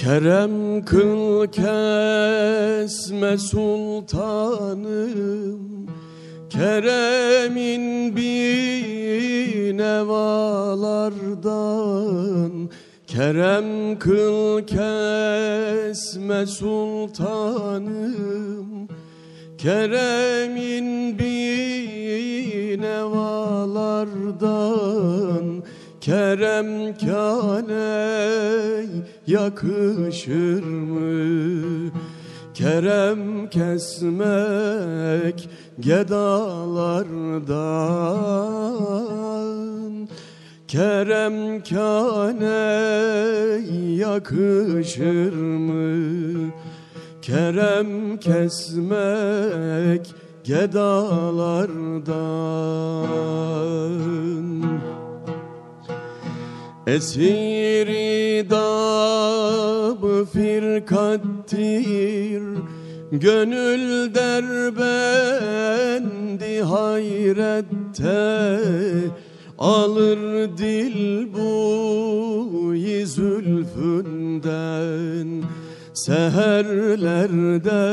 Kerem kıl kesme sultanım, Kerem'in bin evalardan. Kerem kıl kesme sultanım, Kerem'in bin evalardan. Kerem kâne yakışır mı? Kerem kesmek gedalardan. Kerem kâne yakışır mı? Kerem kesmek gedalardan. Esiri dab firkattir, gönül derbendi hayrette. Alır dil buyi zülfünden, seherlerde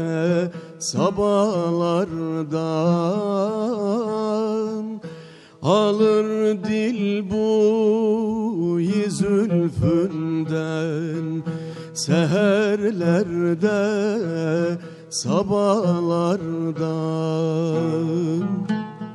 sabahlardan. Alır dil buyi zülfünden, seherlerde sabahlardan.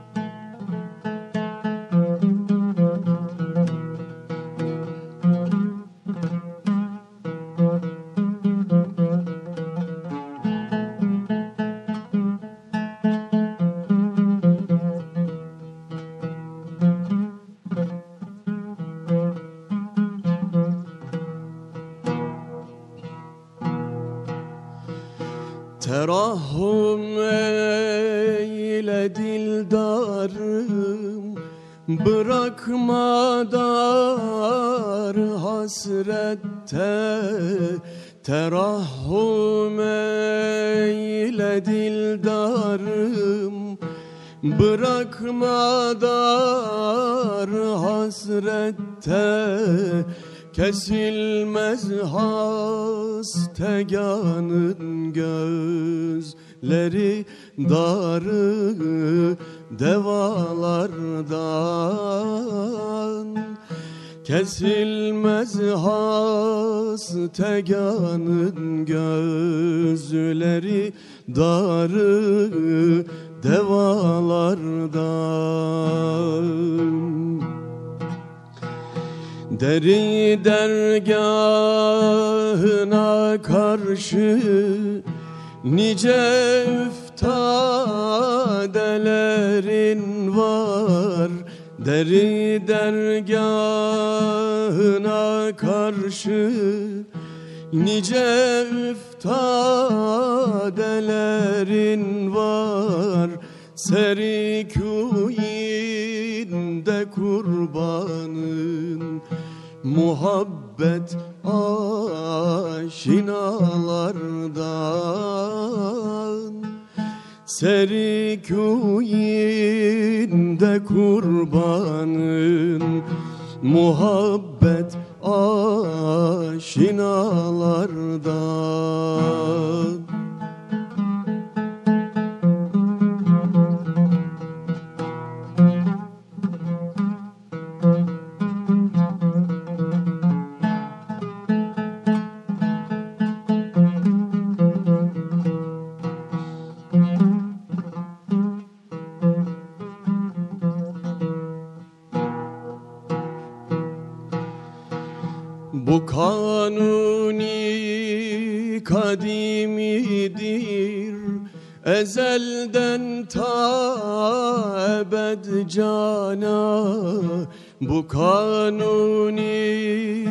Terahhum eyle dildarım, bırakma dar hasrette. Terahhum eyle dildarım, bırakma dar hasrette. Kesilmez hasteganın gözleri, darı devalardan. Kesilmez hasteganın gözleri, darı devalardan. Deri dergahına karşı nice üftadelerin var. Deri dergahına karşı nice üftadelerin var. Serikûyinde kurbanın, muhabbet aşinalardan. Serikûyinde kurbanın, muhabbet aşinalardan. Bu kanuni kadimidir, ezelden ta ebed cana. Bu kanuni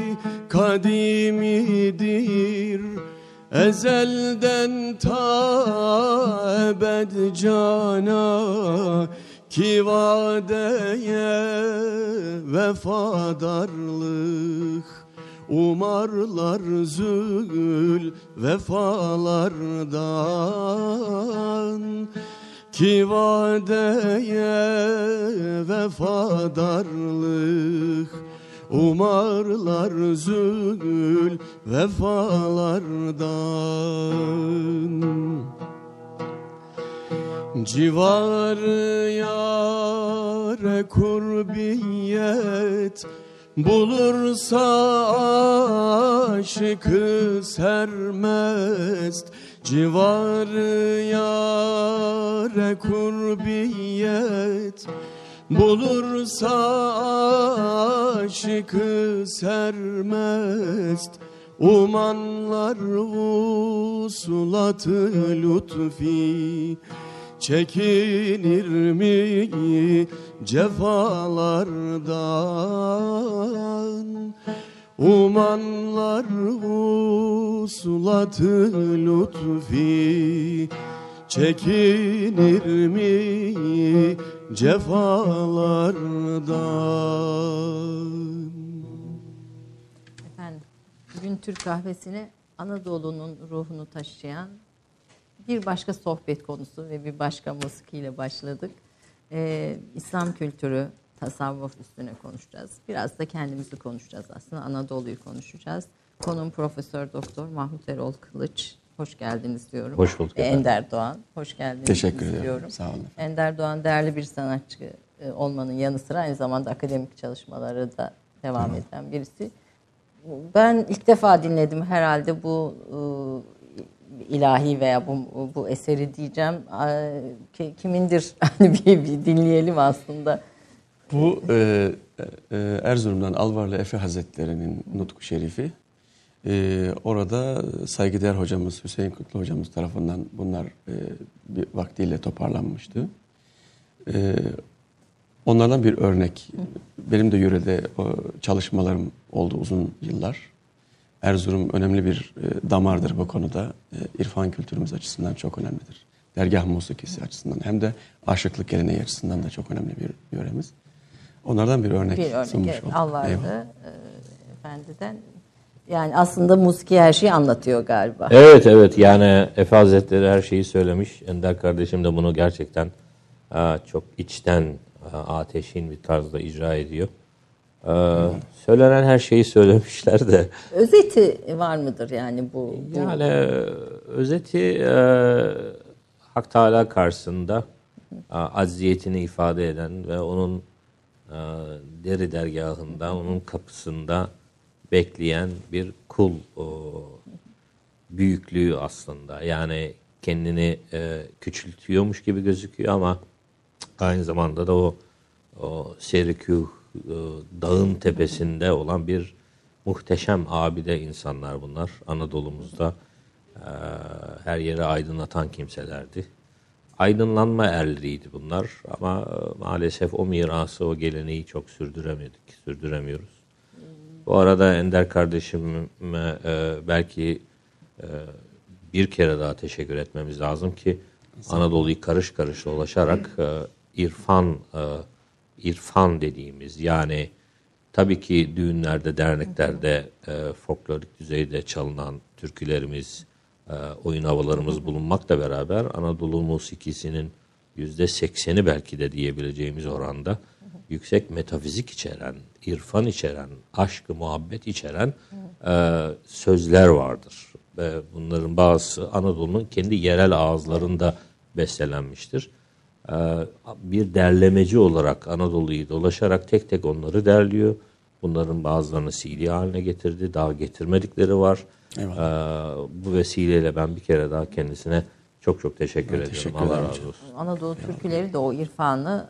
kadimidir, ezelden ta ebed cana. Ki vadeye vefadarlık umarlar zül vefalardan. Ki vadeye vefadarlık umarlar zül vefalardan. Civarı yâre kurbiyet bulursa aşıkı sermest. Civarı yâre kurbiyet bulursa aşıkı sermest. Umanlar vusulatı lütfi çekinir mi cefalardan? Umanlar vusulatı lütfi çekinir mi cefalardan? Efendim, bugün Türk kahvesine Anadolu'nun ruhunu taşıyan bir başka sohbet konusu ve bir başka musikiyle başladık. İslam kültürü, tasavvuf üstüne konuşacağız. Biraz da kendimizi konuşacağız aslında. Anadolu'yu konuşacağız. Konuğum Profesör Doktor Mahmut Erol Kılıç. Hoş geldiniz diyorum. Hoş bulduk efendim. Ender Doğan. Hoş geldiniz. Teşekkür ederim. Diyorum. Sağ olun. Ender Doğan değerli bir sanatçı olmanın yanı sıra aynı zamanda akademik çalışmaları da devam eden birisi. Ben ilk defa dinledim herhalde bu ilahi veya bu eseri diyeceğim. Kimindir? Hani bir dinleyelim aslında. Bu Erzurum'dan Alvarlı Efe Hazretleri'nin Nutku Şerifi. Orada saygıdeğer hocamız Hüseyin Kutlu hocamız tarafından bunlar bir vaktiyle toparlanmıştı. Onlardan bir örnek. Benim de yörede çalışmalarım oldu uzun yıllar. Erzurum önemli bir damardır bu konuda. İrfan kültürümüz açısından çok önemlidir. Dergah musikisi açısından hem de aşıklık geleneği açısından da çok önemli bir yöremiz. Onlardan bir örnek sunmuş evet, olduk. Alvarlı Efendi'den. Yani aslında musiki her şeyi anlatıyor galiba. Evet yani Efe Hazretleri her şeyi söylemiş. Ender kardeşim de bunu gerçekten çok içten, ateşin bir tarzda icra ediyor. Söylenen her şeyi söylemişler de. Özeti var mıdır yani bu? Yani özeti Hak Teala karşısında acziyetini ifade eden ve onun deri dergahında, onun kapısında bekleyen bir kul büyüklüğü aslında. Yani kendini küçültüyormuş gibi gözüküyor ama aynı zamanda da o Serikûh dağın tepesinde olan bir muhteşem abide insanlar bunlar. Anadolu'muzda her yeri aydınlatan kimselerdi. Aydınlanma erleriydi bunlar ama maalesef o mirası, o geleneği çok sürdüremiyoruz. Bu arada Ender kardeşime belki bir kere daha teşekkür etmemiz lazım ki Anadolu'yu karış karış dolaşarak irfan dediğimiz, yani tabii ki düğünlerde, derneklerde folklorik düzeyde çalınan türkülerimiz, oyun havalarımız bulunmakla beraber Anadolu musikisinin %80'i belki de diyebileceğimiz oranda yüksek metafizik içeren, irfan içeren, aşk-ı muhabbet içeren sözler vardır. Ve bunların bazısı Anadolu'nun kendi yerel ağızlarında bestelenmiştir. Bir derlemeci olarak Anadolu'yu dolaşarak tek tek onları derliyor. Bunların bazılarını CD haline getirdi. Daha getirmedikleri var. Bu vesileyle ben bir kere daha kendisine çok teşekkür ediyorum. Allah razı olsun. Anadolu türküleri de o irfanı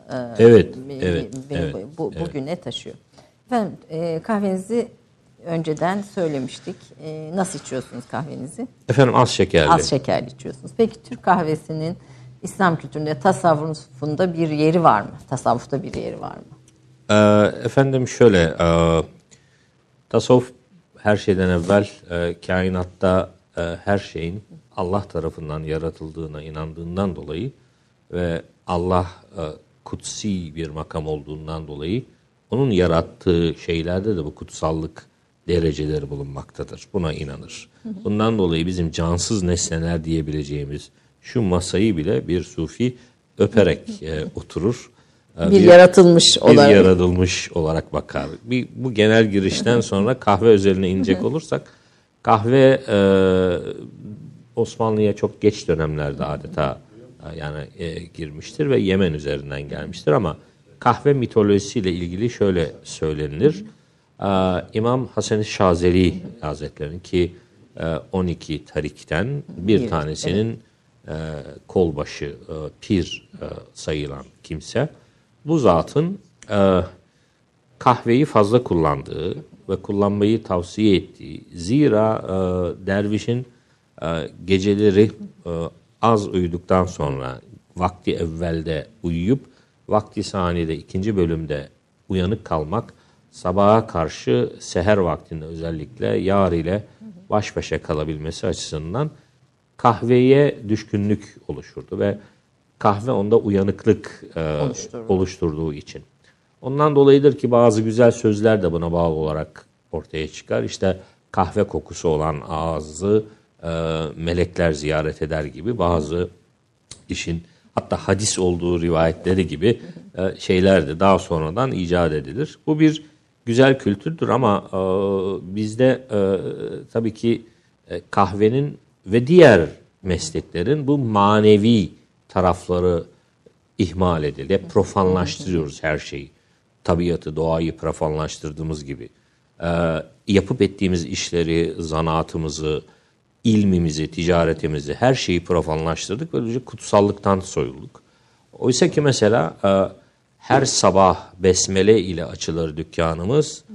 bugüne taşıyor. Efendim kahvenizi önceden söylemiştik. Nasıl içiyorsunuz kahvenizi? Efendim az şekerli. Az şekerli içiyorsunuz. Peki Türk kahvesinin İslam kültüründe, tasavvufunda bir yeri var mı? Tasavvufta bir yeri var mı? Efendim şöyle, tasavvuf her şeyden evvel kainatta her şeyin Allah tarafından yaratıldığına inandığından dolayı ve Allah kutsi bir makam olduğundan dolayı onun yarattığı şeylerde de bu kutsallık dereceleri bulunmaktadır. Buna inanır. Bundan dolayı bizim cansız nesneler diyebileceğimiz şu masayı bile bir sufi öperek oturur bir yaratılmış olarak. Bir yaratılmış olarak bakar. Bu genel girişten sonra kahve özeline inecek olursak, kahve Osmanlı'ya çok geç dönemlerde adeta girmiştir ve Yemen üzerinden gelmiştir ama kahve mitolojisiyle ilgili şöyle söylenir. İmam Hasan-ı Şazeli Hazretleri'nin ki 12 tarikten bir tanesinin kolbaşı, pir sayılan kimse, bu zatın kahveyi fazla kullandığı ve kullanmayı tavsiye ettiği, zira dervişin geceleri az uyuduktan sonra vakti evvelde uyuyup vakti saniyede ikinci bölümde uyanık kalmak, sabaha karşı seher vaktinde özellikle yar ile baş başa kalabilmesi açısından kahveye düşkünlük oluşurdu ve kahve onda uyanıklık oluşturduğu için. Ondan dolayıdır ki bazı güzel sözler de buna bağlı olarak ortaya çıkar. İşte kahve kokusu olan ağzı melekler ziyaret eder gibi bazı işin hatta hadis olduğu rivayetleri gibi şeyler de daha sonradan icat edilir. Bu bir güzel kültürdür ama bizde tabii ki kahvenin ve diğer mesleklerin bu manevi tarafları ihmal edilir. Hep profanlaştırıyoruz her şeyi. Tabiatı, doğayı profanlaştırdığımız gibi. Yapıp ettiğimiz işleri, zanaatımızı, ilmimizi, ticaretimizi, her şeyi profanlaştırdık. Böylece kutsallıktan soyulduk. Oysa ki mesela her sabah besmele ile açılır dükkanımız.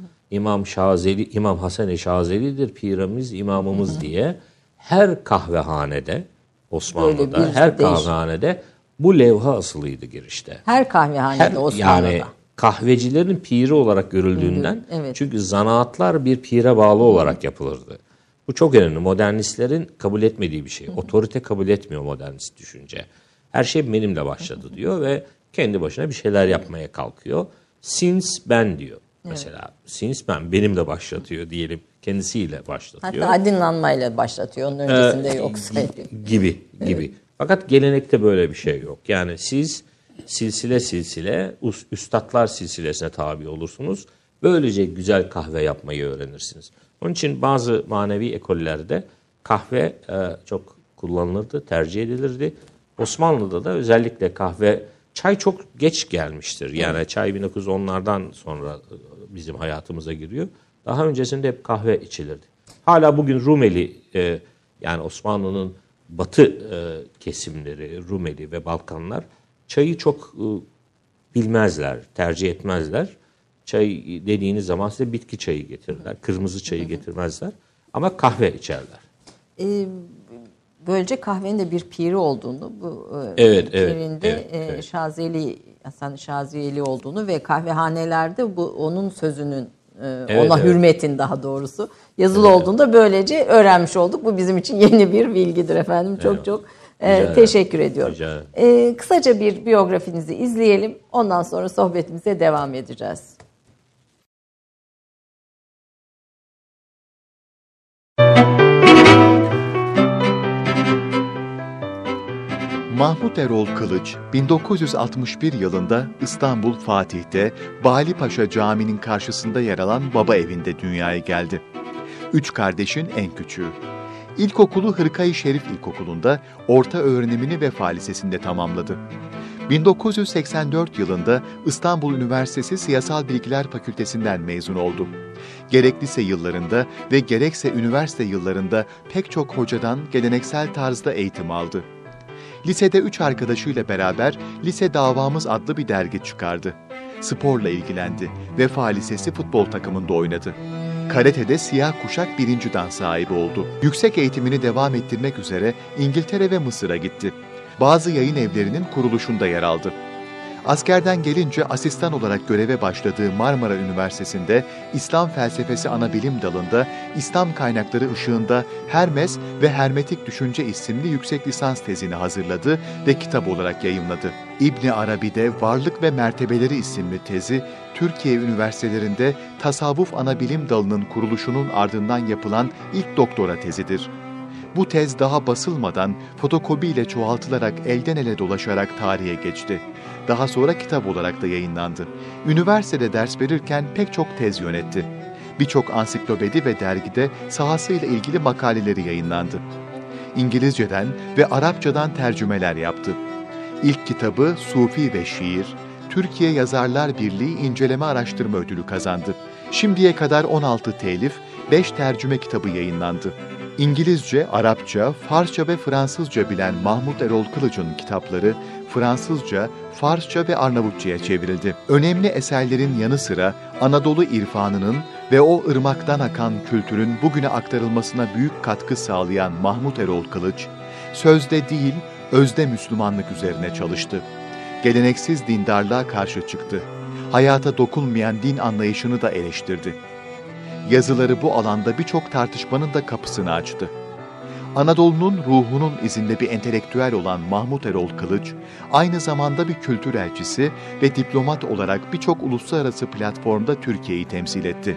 İmam Hasan-ı Şazeli'dir, pirimiz, imamımız diye her kahvehanede, Osmanlı'da her kahvehanede bu levha asılıydı girişte. Her kahvehanede Osmanlı'da. Yani kahvecilerin piri olarak görüldüğünden, çünkü zanaatlar bir pire bağlı olarak yapılırdı. Bu çok önemli. Modernistlerin kabul etmediği bir şey. Otorite kabul etmiyor modernist düşünce. Her şey benimle başladı diyor ve kendi başına bir şeyler yapmaya kalkıyor. Since ben diyor. Mesela since ben benimle başlatıyor diyelim. Kendisiyle başlatıyor. Hatta aydınlanmayla başlatıyor. Onun öncesinde yoksa. Gibi. Fakat gelenekte böyle bir şey yok. Yani siz silsile üstadlar silsilesine tabi olursunuz. Böylece güzel kahve yapmayı öğrenirsiniz. Onun için bazı manevi ekollerde kahve çok kullanılırdı, tercih edilirdi. Osmanlı'da da özellikle kahve, çay çok geç gelmiştir. Yani çay 1910'lardan sonra bizim hayatımıza giriyor. Daha öncesinde hep kahve içilirdi. Hala bugün Rumeli, yani Osmanlı'nın batı kesimleri, Rumeli ve Balkanlar çayı çok bilmezler, tercih etmezler. Çay dediğiniz zaman size bitki çayı getirirler. Kırmızı çayı getirmezler. Ama kahve içerler. Böylece kahvenin de bir piri olduğunu, bu pirinde Şazeli, Hasan Şazeli olduğunu ve kahvehanelerde bu onun sözünün ona hürmetin daha doğrusu yazılı olduğunu da böylece öğrenmiş olduk. Bu bizim için yeni bir bilgidir efendim. Çok teşekkür ediyorum. Kısaca bir biyografinizi izleyelim. Ondan sonra sohbetimize devam edeceğiz. Mahmut Erol Kılıç, 1961 yılında İstanbul Fatih'te Bali Paşa Camii'nin karşısında yer alan baba evinde dünyaya geldi. 3 kardeşin en küçüğü. İlkokulu Hırkayı Şerif İlkokulu'nda, orta öğrenimini Vefa Lisesi'nde tamamladı. 1984 yılında İstanbul Üniversitesi Siyasal Bilgiler Fakültesinden mezun oldu. Gerek lise yıllarında ve gerekse üniversite yıllarında pek çok hocadan geleneksel tarzda eğitim aldı. Lisede 3 arkadaşıyla beraber Lise Davamız adlı bir dergi çıkardı. Sporla ilgilendi. Vefa Lisesi futbol takımında oynadı. Karate'de siyah kuşak 1. dan sahibi oldu. Yüksek eğitimini devam ettirmek üzere İngiltere ve Mısır'a gitti. Bazı yayın evlerinin kuruluşunda yer aldı. Askerden gelince asistan olarak göreve başladığı Marmara Üniversitesi'nde İslam Felsefesi Anabilim Dalı'nda İslam kaynakları ışığında Hermes ve Hermetik Düşünce isimli yüksek lisans tezini hazırladı ve kitap olarak yayımladı. İbn Arabi'de Varlık ve Mertebeleri isimli tezi, Türkiye üniversitelerinde Tasavvuf Anabilim Dalı'nın kuruluşunun ardından yapılan ilk doktora tezidir. Bu tez daha basılmadan fotokopiyle çoğaltılarak elden ele dolaşarak tarihe geçti. daha sonra kitap olarak da yayınlandı. Üniversitede ders verirken pek çok tez yönetti. Birçok ansiklopedi ve dergide sahasıyla ilgili makaleleri yayınlandı. İngilizceden ve Arapçadan tercümeler yaptı. İlk kitabı Sufi ve Şiir, Türkiye Yazarlar Birliği İnceleme Araştırma Ödülü kazandı. Şimdiye kadar 16 telif, 5 tercüme kitabı yayınlandı. İngilizce, Arapça, Farsça ve Fransızca bilen Mahmut Erol Kılıç'ın kitapları Fransızca, Farsça ve Arnavutça'ya çevrildi. Önemli eserlerin yanı sıra Anadolu irfanının ve o ırmaktan akan kültürün bugüne aktarılmasına büyük katkı sağlayan Mahmut Erol Kılıç, sözde değil, özde Müslümanlık üzerine çalıştı. Geleneksiz dindarlığa karşı çıktı. Hayata dokunmayan din anlayışını da eleştirdi. Yazıları bu alanda birçok tartışmanın da kapısını açtı. Anadolu'nun ruhunun izinde bir entelektüel olan Mahmut Erol Kılıç, aynı zamanda bir kültür elçisi ve diplomat olarak birçok uluslararası platformda Türkiye'yi temsil etti.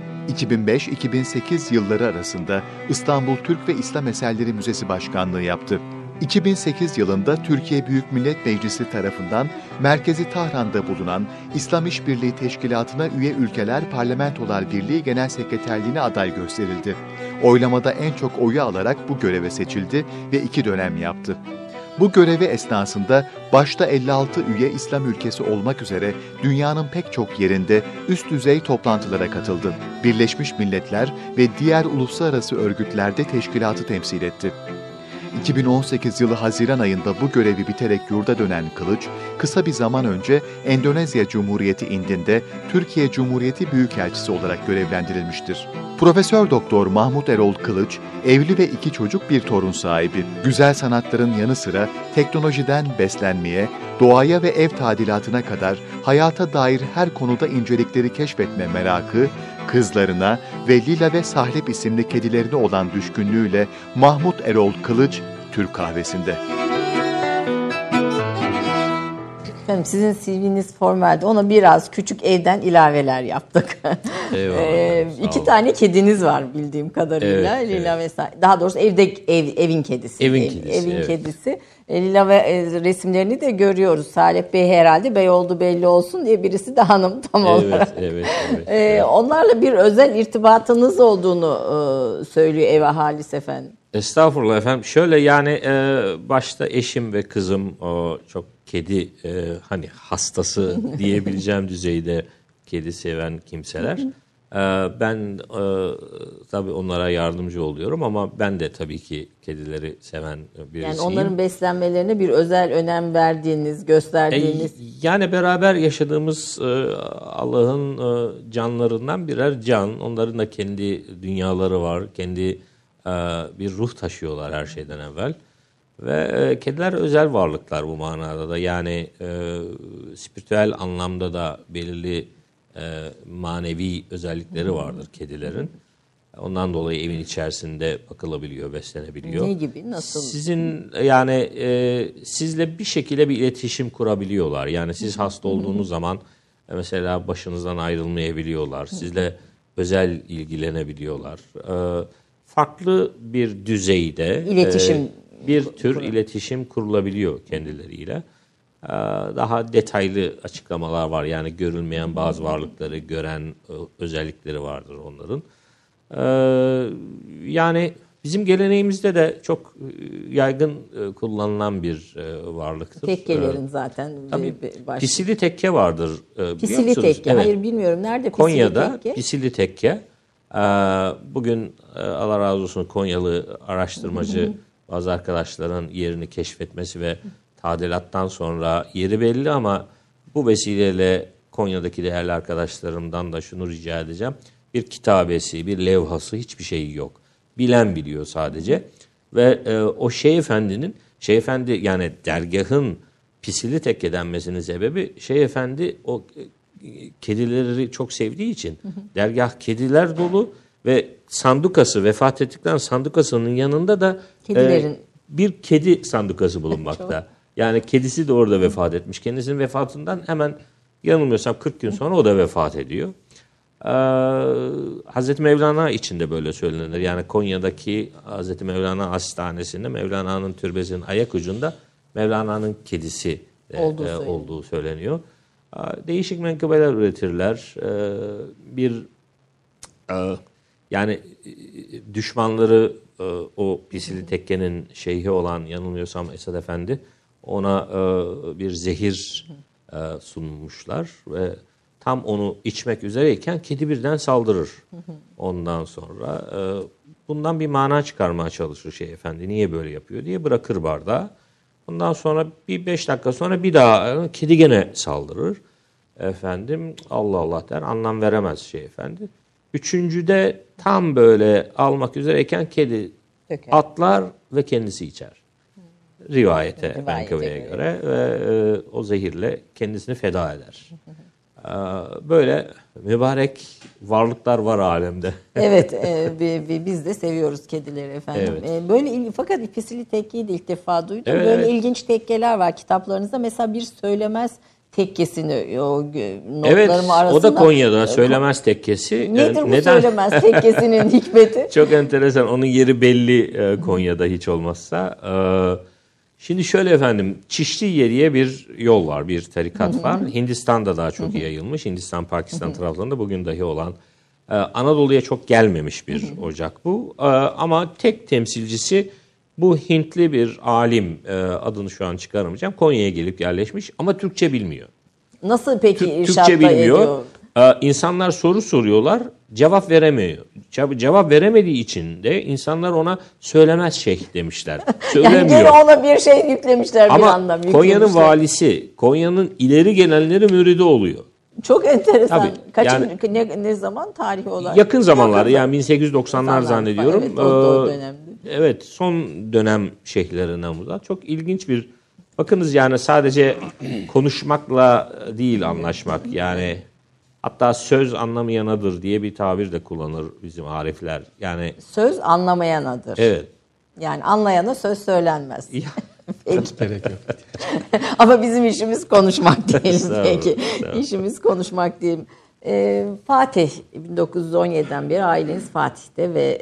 2005-2008 yılları arasında İstanbul Türk ve İslam Eserleri Müzesi Başkanlığı yaptı. 2008 yılında Türkiye Büyük Millet Meclisi tarafından Merkezi Tahran'da bulunan İslam İşbirliği Teşkilatı'na üye ülkeler Parlamentolar Birliği Genel Sekreterliğine aday gösterildi. Oylamada en çok oyu alarak bu göreve seçildi ve 2 dönem yaptı. Bu görevi esnasında başta 56 üye İslam ülkesi olmak üzere dünyanın pek çok yerinde üst düzey toplantılara katıldı. Birleşmiş Milletler ve diğer uluslararası örgütlerde teşkilatı temsil etti. 2018 yılı Haziran ayında bu görevi biterek yurda dönen Kılıç, kısa bir zaman önce Endonezya Cumhuriyeti indinde Türkiye Cumhuriyeti Büyükelçisi olarak görevlendirilmiştir. Profesör Doktor Mahmut Erol Kılıç, evli ve 2 çocuk bir torun sahibi. Güzel sanatların yanı sıra teknolojiden beslenmeye, doğaya ve ev tadilatına kadar hayata dair her konuda incelikleri keşfetme merakı, kızlarına ve Lila ve Sahlep isimli kedilerine olan düşkünlüğüyle Mahmut Erol Kılıç, Türk Kahvesi'nde. Efendim sizin CV'niz formalde, ona biraz küçük evden ilaveler yaptık. Eyvallah. 2 tane kediniz var bildiğim kadarıyla. Evet, Lila ve Daha doğrusu evin kedisi. Evin kedisi. Lila ve resimlerini de görüyoruz. Salep Bey herhalde bey oldu belli olsun diye, birisi de hanım tam olarak. Evet. Onlarla bir özel irtibatınız olduğunu söylüyor ev ahalisi efendim. Estağfurullah efendim. Şöyle yani başta eşim ve kızım çok kedi hani hastası diyebileceğim düzeyde kedi seven kimseler. Ben tabii onlara yardımcı oluyorum ama ben de tabii ki kedileri seven birisiyim. Yani onların beslenmelerine bir özel önem verdiğiniz, gösterdiğiniz. Yani beraber yaşadığımız Allah'ın canlarından birer can. Onların da kendi dünyaları var, kendi bir ruh taşıyorlar her şeyden evvel. Ve kediler özel varlıklar bu manada da. Yani spiritüel anlamda da belirli manevi özellikleri vardır kedilerin. Ondan dolayı evin içerisinde bakılabiliyor, beslenebiliyor. Ne gibi, nasıl? Sizin yani sizle bir şekilde bir iletişim kurabiliyorlar. Yani siz hasta olduğunuz zaman mesela başınızdan ayrılmayabiliyorlar. Sizle özel ilgilenebiliyorlar. Farklı bir düzeyde İletişim bir tür iletişim kurulabiliyor kendileriyle. Daha detaylı açıklamalar var. Yani görülmeyen bazı varlıkları gören özellikleri vardır onların. Yani bizim geleneğimizde de çok yaygın kullanılan bir varlıktır. Tekkelerin zaten. Tabii pisili tekke vardır. Pisili tekke. Evet. Hayır bilmiyorum. Nerede pisili Konya'da tekke? pisili tekke. Bugün Allah razı olsun Konyalı araştırmacı bazı arkadaşların yerini keşfetmesi ve tadilattan sonra yeri belli ama bu vesileyle Konya'daki değerli arkadaşlarımdan da şunu rica edeceğim. Bir kitabesi, bir levhası, hiçbir şeyi yok. Bilen biliyor sadece. Ve o Şeyh Efendi yani dergahın pisili tekke denmesinin sebebi Şeyh Efendi o kedileri çok sevdiği için dergah kediler dolu ve sandukası, vefat ettikten sandukasının yanında da bir kedi sandukası bulunmakta. Yani kedisi de orada vefat etmiş. Kendisinin vefatından hemen yanılmıyorsam 40 gün sonra o da vefat ediyor. Hazreti Mevlana için de böyle söylenir. Yani Konya'daki Hazreti Mevlana Hastanesi'nde Mevlana'nın türbesinin ayak ucunda Mevlana'nın kedisi olduğu söyleniyor. Değişik menkıbeler üretirler. Yani düşmanları o Pisili Tekke'nin şeyhi olan, yanılmıyorsam Esad Efendi, ona bir zehir sunmuşlar ve tam onu içmek üzereyken kedi birden saldırır. Ondan sonra bundan bir mana çıkarmaya çalışır Şeyh Efendi. Niye böyle yapıyor diye bırakır bardağı. Ondan sonra bir 5 dakika sonra bir daha kedi gene saldırır. Efendim Allah Allah der, anlam veremez Şeyh Efendi. Üçüncüde tam böyle almak üzereyken kedi atlar ve kendisi içer. Rivayete, menkıbeye göre ve o zehirle kendisini feda eder. Böyle mübarek varlıklar var alemde. Evet, biz de seviyoruz kedileri efendim. Evet. Böyle fakat Pisili Tekke'yi de ilk defa duydum. Evet, böyle evet. ilginç tekkeler var kitaplarınızda. Mesela bir söylemez tekkesini o notlarım Evet, arasında. o da Konya'da söylemez tekkesi. Nedir bu Neden? söylemez tekkesinin hikmeti? Çok enteresan. Onun yeri belli Konya'da hiç olmazsa. Şimdi şöyle efendim, Çişliye diye bir yol var, bir tarikat var. Hindistan'da daha çok yayılmış. Hindistan, Pakistan taraflarında bugün dahi olan. Anadolu'ya çok gelmemiş bir ocak bu. Ama tek temsilcisi bu Hintli bir alim, adını şu an çıkaramayacağım. Konya'ya gelip yerleşmiş ama Türkçe bilmiyor. Nasıl peki irşatta Türkçe bilmiyor. ediyor? İnsanlar soru soruyorlar, cevap veremiyor. Cevap veremediği için de insanlar ona söylemez şeyh demişler. Söylemiyor. Yani gene ona bir şey yüklemişler bir Ama anlam. Konya'nın valisi, Konya'nın ileri gelenleri müridi oluyor. Çok enteresan. Tabii, ne zaman tarihi olarak? Yakın zamanlarda, yani 1890'lar zannediyorum. Evet, o dönemde. Evet, son dönem şeyhlerinden bu da. Çok ilginç bir, bakınız yani sadece konuşmakla değil anlaşmak, yani hatta söz anlamayanadır diye bir tabir de kullanır bizim arifler. Yani Söz anlamayanadır. evet. Yani anlayana söz söylenmez. Peki. Gerek yok. Ama bizim işimiz konuşmak değil. Estağfurullah, Peki. estağfurullah. İşimiz konuşmak değil. Fatih, 1917'den beri aileniz Fatih'te ve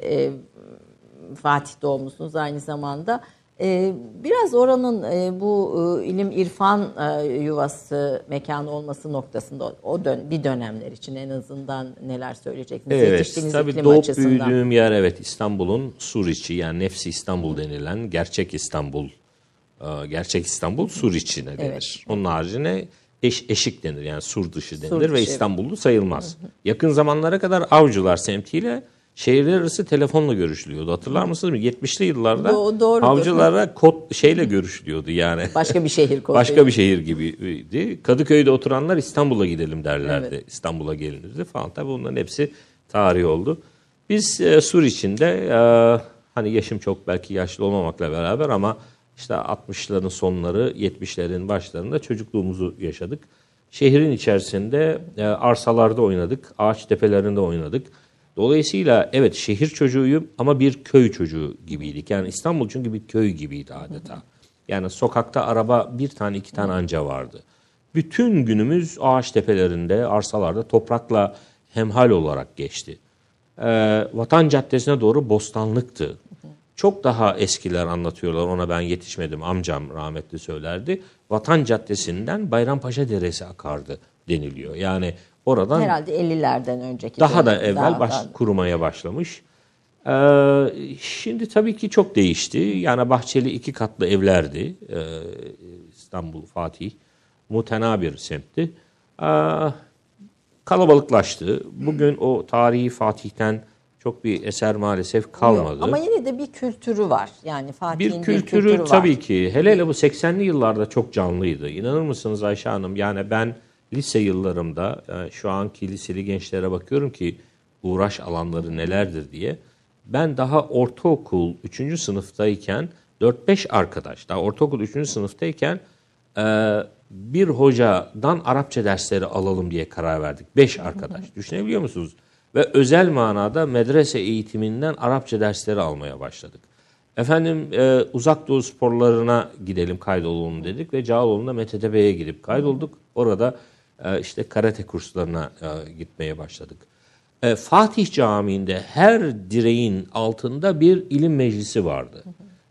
Fatih doğumlusunuz aynı zamanda. Biraz oranın bu ilim irfan yuvası mekanı olması noktasında bir dönemler için en azından neler söyleyeceksiniz? Evet, Yetiştiğiniz tabii iklim doğup açısından. büyüdüğüm yer evet İstanbul'un Suriçi, yani Nefsi İstanbul denilen gerçek İstanbul. Gerçek İstanbul Suriçi ne denir? Evet. Onun haricine eşik denir, yani sur dışı denir Sur ve dışı, İstanbullu sayılmaz. Yakın zamanlara kadar Avcılar semtiyle şehirler arası telefonla görüşülüyordu. Hatırlar mısınız? 70'li yıllarda Doğrudur. Avcılara kod şeyle görüşülüyordu yani. Başka bir şehir kodu. Başka bir şehir gibiydi. Kadıköy'de oturanlar İstanbul'a gidelim derlerdi. Evet. İstanbul'a gelinirdi falan. Tabii bunların hepsi tarih oldu. Biz Sur içinde hani yaşım çok belki yaşlı olmamakla beraber ama işte 60'ların sonları 70'lerin başlarında çocukluğumuzu yaşadık. Şehrin içerisinde arsalarda oynadık. Ağaç tepelerinde oynadık. Dolayısıyla evet şehir çocuğuyum ama bir köy çocuğu gibiydik. Yani İstanbul çünkü bir köy gibiydi adeta. Yani sokakta araba bir tane iki tane anca vardı. Bütün günümüz ağaç tepelerinde, arsalarda toprakla hemhal olarak geçti. Vatan Caddesi'ne doğru bostanlıktı. Çok daha eskiler anlatıyorlar, ona ben yetişmedim, amcam rahmetli söylerdi. Vatan Caddesi'nden Bayrampaşa Deresi akardı deniliyor. Yani oradan Herhalde 50'lerden önceki. daha da dönem, evvel daha. kurumaya başlamış. Şimdi tabii ki çok değişti. Yani bahçeli 2 katlı evlerdi. İstanbul, Fatih. Mutena bir semtti. Kalabalıklaştı. Bugün o tarihi Fatih'ten çok bir eser maalesef kalmadı. Yok, ama yine de bir kültürü var. Yani Fatih'in Bir kültürü tabii ki. Hele hele bu 80'li yıllarda çok canlıydı. İnanır mısınız Ayşe Hanım? Yani ben lise yıllarımda şu anki liseli gençlere bakıyorum ki uğraş alanları nelerdir diye. Ben daha ortaokul 3. sınıftayken 4-5 arkadaş, daha ortaokul 3. sınıftayken bir hocadan Arapça dersleri alalım diye karar verdik. 5 arkadaş. Düşünebiliyor musunuz? Ve özel manada medrese eğitiminden Arapça dersleri almaya başladık. Efendim uzak doğu sporlarına gidelim, kaydolalım dedik ve Cağaloğlu'nda MTTB'ye gidip kaydolduk. Orada işte karate kurslarına gitmeye başladık. Fatih Camii'nde her direğin altında bir ilim meclisi vardı.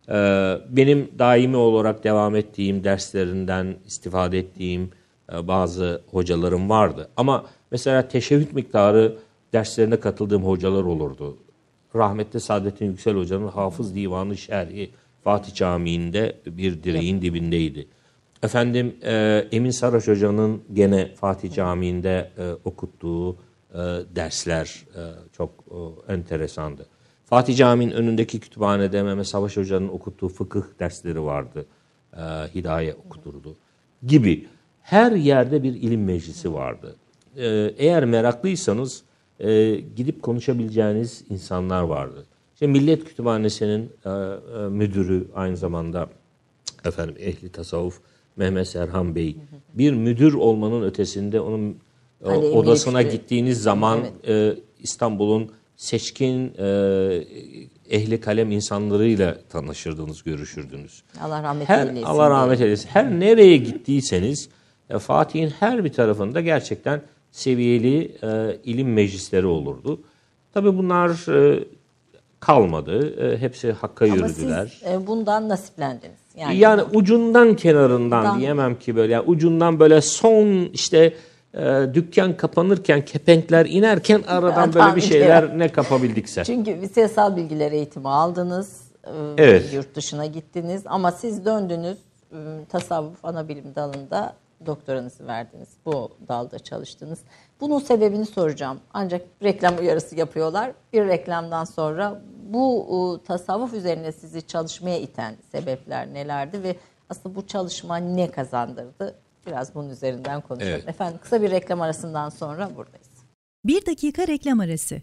Benim daimi olarak devam ettiğim derslerinden istifade ettiğim bazı hocalarım vardı. Ama mesela teşehhüd miktarı derslerine katıldığım hocalar olurdu. Rahmetli Saadettin Yüksel Hoca'nın Hafız Divanı Şerhi Fatih Camii'nde bir direğin dibindeydi. Efendim Emin Saraç Hoca'nın gene Fatih Camii'nde okuttuğu dersler çok enteresandı. Fatih Camii'nin önündeki kütüphanede Mehmet Savaş Hoca'nın okuttuğu fıkıh dersleri vardı. Hidaye okuturdu gibi. Her yerde bir ilim meclisi vardı. Eğer meraklıysanız gidip konuşabileceğiniz insanlar vardı. İşte Millet Kütüphanesi'nin müdürü aynı zamanda efendim ehli tasavvuf Mehmet Serhan Bey. Bir müdür olmanın ötesinde onun odasına gittiğiniz zaman İstanbul'un seçkin ehli kalem insanlarıyla tanışırdınız, görüşürdünüz. Allah rahmet eylesin. Allah rahmet eylesin. Her nereye gittiyseniz Fatih'in her bir tarafında gerçekten seviyeli ilim meclisleri olurdu. Tabii bunlar kalmadı. Hepsi hakka yürüdüler. Ama siz bundan nasiplendiniz. Yani ucundan kenarından diyemem ki böyle. Yani ucundan böyle son işte dükkan kapanırken, kepenkler inerken aradan böyle bir şeyler ne kapabildikse. Çünkü siyasal bilgiler eğitimi aldınız. Evet. Yurt dışına gittiniz. Ama siz döndünüz tasavvuf ana bilim dalında doktoranızı verdiniz. Bu dalda çalıştınız. Bunun sebebini soracağım. Ancak reklam uyarısı yapıyorlar. Bir reklamdan sonra bu tasavvuf üzerine sizi çalışmaya iten sebepler nelerdi ve aslında bu çalışma ne kazandırdı? Biraz bunun üzerinden konuşalım. Evet. Efendim kısa bir reklam arasından sonra buradayız. 1 dakika reklam arası.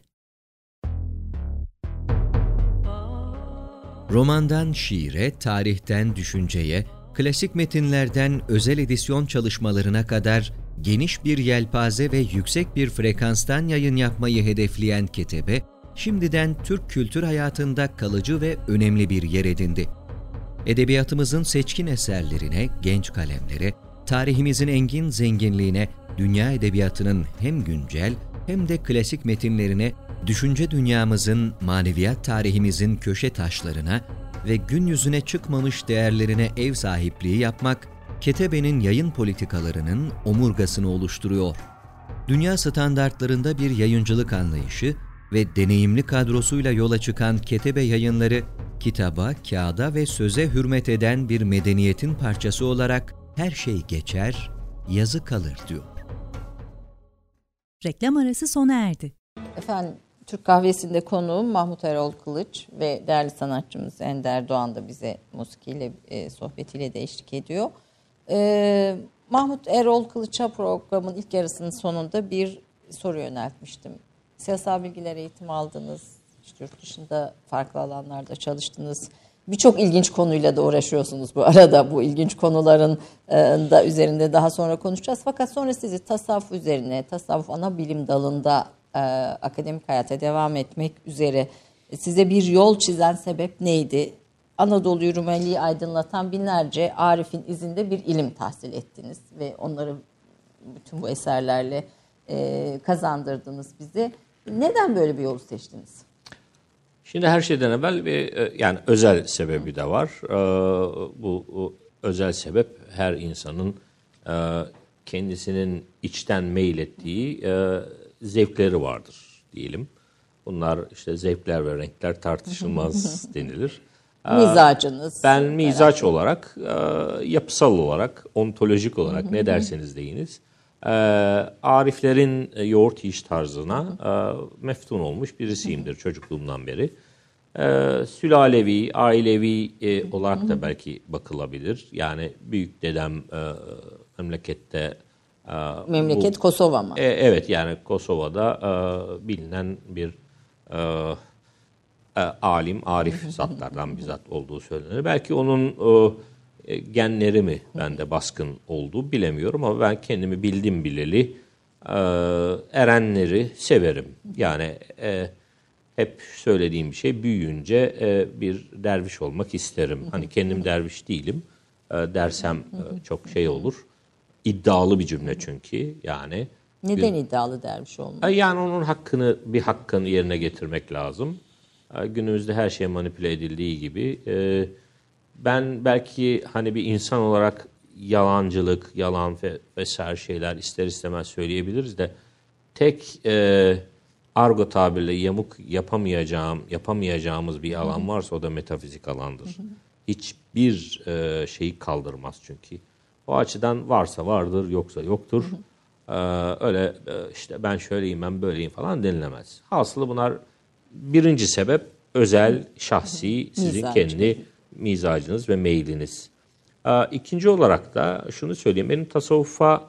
Romandan şiire, tarihten düşünceye, klasik metinlerden özel edisyon çalışmalarına kadar geniş bir yelpaze ve yüksek bir frekanstan yayın yapmayı hedefleyen Ketebe, şimdiden Türk kültür hayatında kalıcı ve önemli bir yer edindi. Edebiyatımızın seçkin eserlerine, genç kalemlere, tarihimizin engin zenginliğine, dünya edebiyatının hem güncel hem de klasik metinlerine, düşünce dünyamızın, maneviyat tarihimizin köşe taşlarına ve gün yüzüne çıkmamış değerlerine ev sahipliği yapmak, Ketebe'nin yayın politikalarının omurgasını oluşturuyor. Dünya standartlarında bir yayıncılık anlayışı ve deneyimli kadrosuyla yola çıkan Ketebe Yayınları, kitaba, kağıda ve söze hürmet eden bir medeniyetin parçası olarak her şey geçer, yazı kalır diyor. Reklam arası sona erdi. Efendim Türk Kahvesi'nde konuğum Mahmut Erol Kılıç ve değerli sanatçımız Ender Doğan da bize musikiyle, sohbetiyle de eşlik ediyor. Mahmut Erol Kılıç'a programın ilk yarısının sonunda bir soru yöneltmiştim. Siyasal bilgiler eğitimi aldınız, işte yurt dışında farklı alanlarda çalıştınız. Birçok ilginç konuyla da uğraşıyorsunuz bu arada. Bu ilginç konuların da üzerinde daha sonra konuşacağız. Fakat sonra sizi tasavvuf üzerine, tasavvuf ana bilim dalında akademik hayata devam etmek üzere size bir yol çizen sebep neydi? Anadolu'yu, Rumeli'yi aydınlatan binlerce Arif'in izinde bir ilim tahsil ettiniz ve onları bütün bu eserlerle kazandırdınız bize. Neden böyle bir yolu seçtiniz? Şimdi her şeyden evvel bir yani özel sebebi de var. Bu özel sebep her insanın kendisinin içten meylettiği zevkleri vardır diyelim. Bunlar işte zevkler ve renkler tartışılmaz denilir. Mizacınız. Ben mizaç olarak, yapısal olarak, ontolojik olarak ne derseniz deyiniz. Ariflerin yoğurt yiyiş tarzına meftun olmuş birisiyimdir çocukluğumdan beri. Sülalevi, ailevi olarak da belki bakılabilir. Yani büyük dedem memlekette... Memleket Kosova mı? Evet, yani Kosova'da bilinen bir alim, arif zatlardan bizzat olduğu söylenir. Belki onun genleri mi bende baskın olduğu bilemiyorum ama ben kendimi bildim bileli erenleri severim. Yani hep söylediğim bir şey, büyüyünce bir derviş olmak isterim. Hani kendim derviş değilim dersem çok şey olur. İddialı bir cümle çünkü yani. Neden iddialı derviş olmak? Yani onun hakkını yerine getirmek lazım. Günümüzde her şey manipüle edildiği gibi ben belki hani bir insan olarak yalancılık, yalan vesaire şeyler ister istemez söyleyebiliriz de tek argo tabirle yamuk yapamayacağımız bir alan varsa o da metafizik alandır. Hiçbir şeyi kaldırmaz çünkü. O açıdan varsa vardır, yoksa yoktur. Öyle işte ben şöyleyim, ben böyleyim falan denilemez. Hasılı bunlar birinci sebep özel, şahsi, sizin kendi mizacınız ve meyliniz. İkinci olarak da şunu söyleyeyim. Benim tasavvufa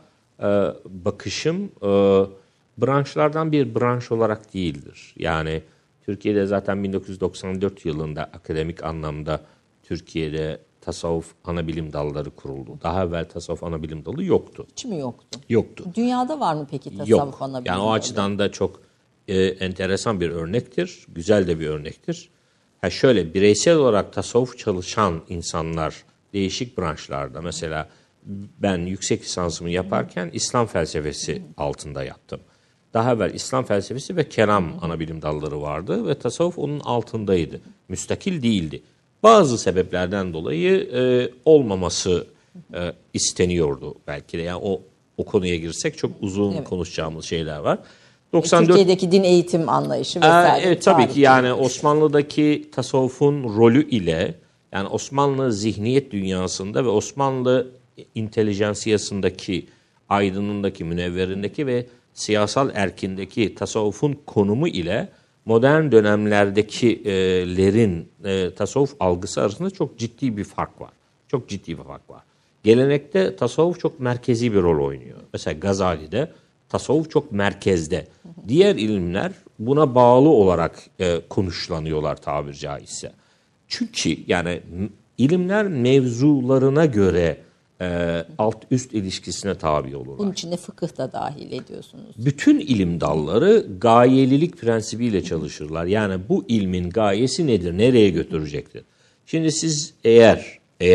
bakışım branşlardan bir branş olarak değildir. Yani Türkiye'de zaten 1994 yılında akademik anlamda Türkiye'de tasavvuf anabilim dalları kuruldu. Daha evvel tasavvuf anabilim dalı yoktu. Hiç mi yoktu? Yoktu. Dünyada var mı peki tasavvuf Yok. anabilim Yani o dalı? açıdan da çok enteresan bir örnektir. Güzel de bir örnektir. Şöyle bireysel olarak tasavvuf çalışan insanlar değişik branşlarda, mesela ben yüksek lisansımı yaparken İslam felsefesi altında yaptım. Daha evvel İslam felsefesi ve kelam anabilim dalları vardı ve tasavvuf onun altındaydı. Müstakil değildi. Bazı sebeplerden dolayı olmaması isteniyordu belki de. Yani o konuya girsek çok uzun konuşacağımız şeyler var. Türkiye'deki din eğitim anlayışı vesaire. Evet tabii ki yani Osmanlı'daki tasavvufun rolü ile yani Osmanlı zihniyet dünyasında ve Osmanlı intelijansiyasındaki, aydınındaki, münevverindeki ve siyasal erkindeki tasavvufun konumu ile modern dönemlerdekilerin tasavvuf algısı arasında çok ciddi bir fark var. Çok ciddi bir fark var. Gelenekte tasavvuf çok merkezi bir rol oynuyor. Mesela Gazali'de tasavvuf çok merkezde. Diğer ilimler buna bağlı olarak konuşlanıyorlar tabiri caizse. Çünkü yani ilimler mevzularına göre alt üst ilişkisine tabi olurlar. Bunun içinde fıkıh da dahil ediyorsunuz. Bütün ilim dalları gayelilik prensibiyle çalışırlar. Yani bu ilmin gayesi nedir? Nereye götürecektir? Şimdi siz eğer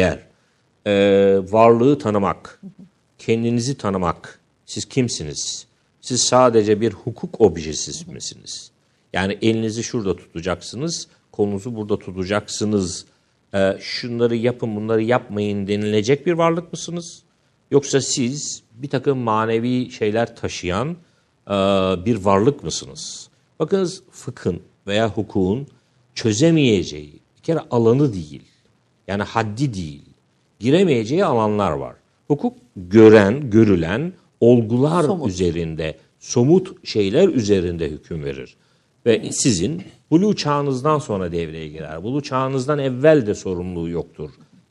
varlığı tanımak, kendinizi tanımak, siz kimsiniz? Siz sadece bir hukuk objesi misiniz? Yani elinizi şurada tutacaksınız, kolunuzu burada tutacaksınız. Şunları yapın, bunları yapmayın denilecek bir varlık mısınız? Yoksa siz bir takım manevi şeyler taşıyan bir varlık mısınız? Bakınız fıkhın veya hukukun çözemeyeceği bir kere alanı değil. Yani haddi değil. Giremeyeceği alanlar var. Hukuk görülen olgular üzerinde, somut şeyler üzerinde hüküm verir. Ve sizin buluğ çağınızdan sonra devreye girer. Buluğ çağınızdan evvel de sorumluluğu yoktur.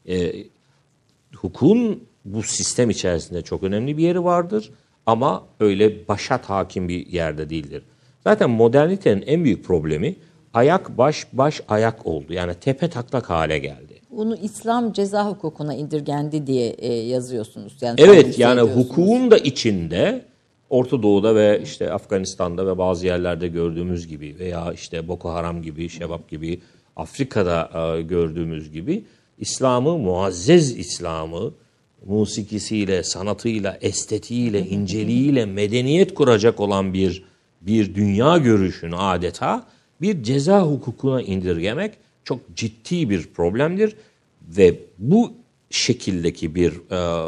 Hukukun bu sistem içerisinde çok önemli bir yeri vardır ama öyle başat hakim bir yerde değildir. Zaten modernitenin en büyük problemi ayak baş ayak oldu. Yani tepe taklak hale geldi. Bunu İslam ceza hukukuna indirgendi diye yazıyorsunuz. Yani evet yani hukukun da içinde Orta Doğu'da ve işte Afganistan'da ve bazı yerlerde gördüğümüz gibi veya işte Boko Haram gibi, Şebap gibi, Afrika'da gördüğümüz gibi İslam'ı, muazzez İslam'ı musikisiyle, sanatıyla, estetiğiyle, inceliğiyle medeniyet kuracak olan bir dünya görüşünü adeta bir ceza hukukuna indirgemek çok ciddi bir problemdir ve bu şekildeki bir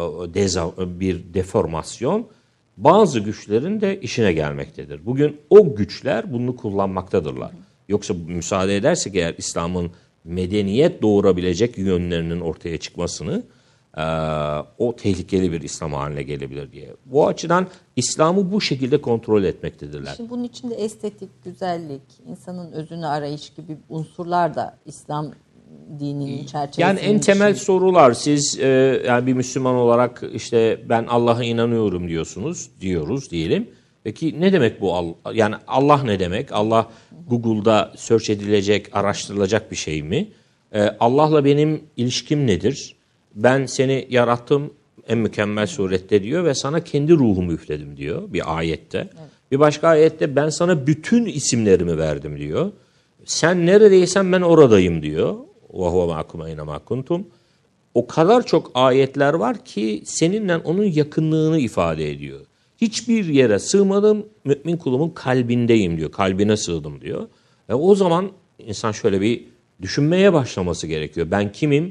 deformasyon bazı güçlerin de işine gelmektedir. Bugün o güçler bunu kullanmaktadırlar. Yoksa müsaade edersek eğer İslam'ın medeniyet doğurabilecek yönlerinin ortaya çıkmasını o tehlikeli bir İslam haline gelebilir diye. Bu açıdan İslam'ı bu şekilde kontrol etmektedirler. Şimdi bunun içinde estetik, güzellik, insanın özünü arayış gibi unsurlar da İslam dininin çerçevesinde. Yani en temel sorular siz yani bir Müslüman olarak işte ben Allah'a inanıyorum diyoruz diyelim. Peki ne demek bu Allah? Yani Allah ne demek? Allah Google'da search edilecek, araştırılacak bir şey mi? Allah'la benim ilişkim nedir? Ben seni yarattım en mükemmel surette diyor ve sana kendi ruhumu üfledim diyor bir ayette. Evet. Bir başka ayette ben sana bütün isimlerimi verdim diyor. Sen neredeysen ben oradayım diyor. وَهُوَ مَعَكُمْ اَيْنَمَا كُنْتُمْ. O kadar çok ayetler var ki seninle onun yakınlığını ifade ediyor. Hiçbir yere sığmadım, mümin kulumun kalbindeyim diyor. Kalbine sığdım diyor. O zaman insan şöyle bir düşünmeye başlaması gerekiyor. Ben kimim?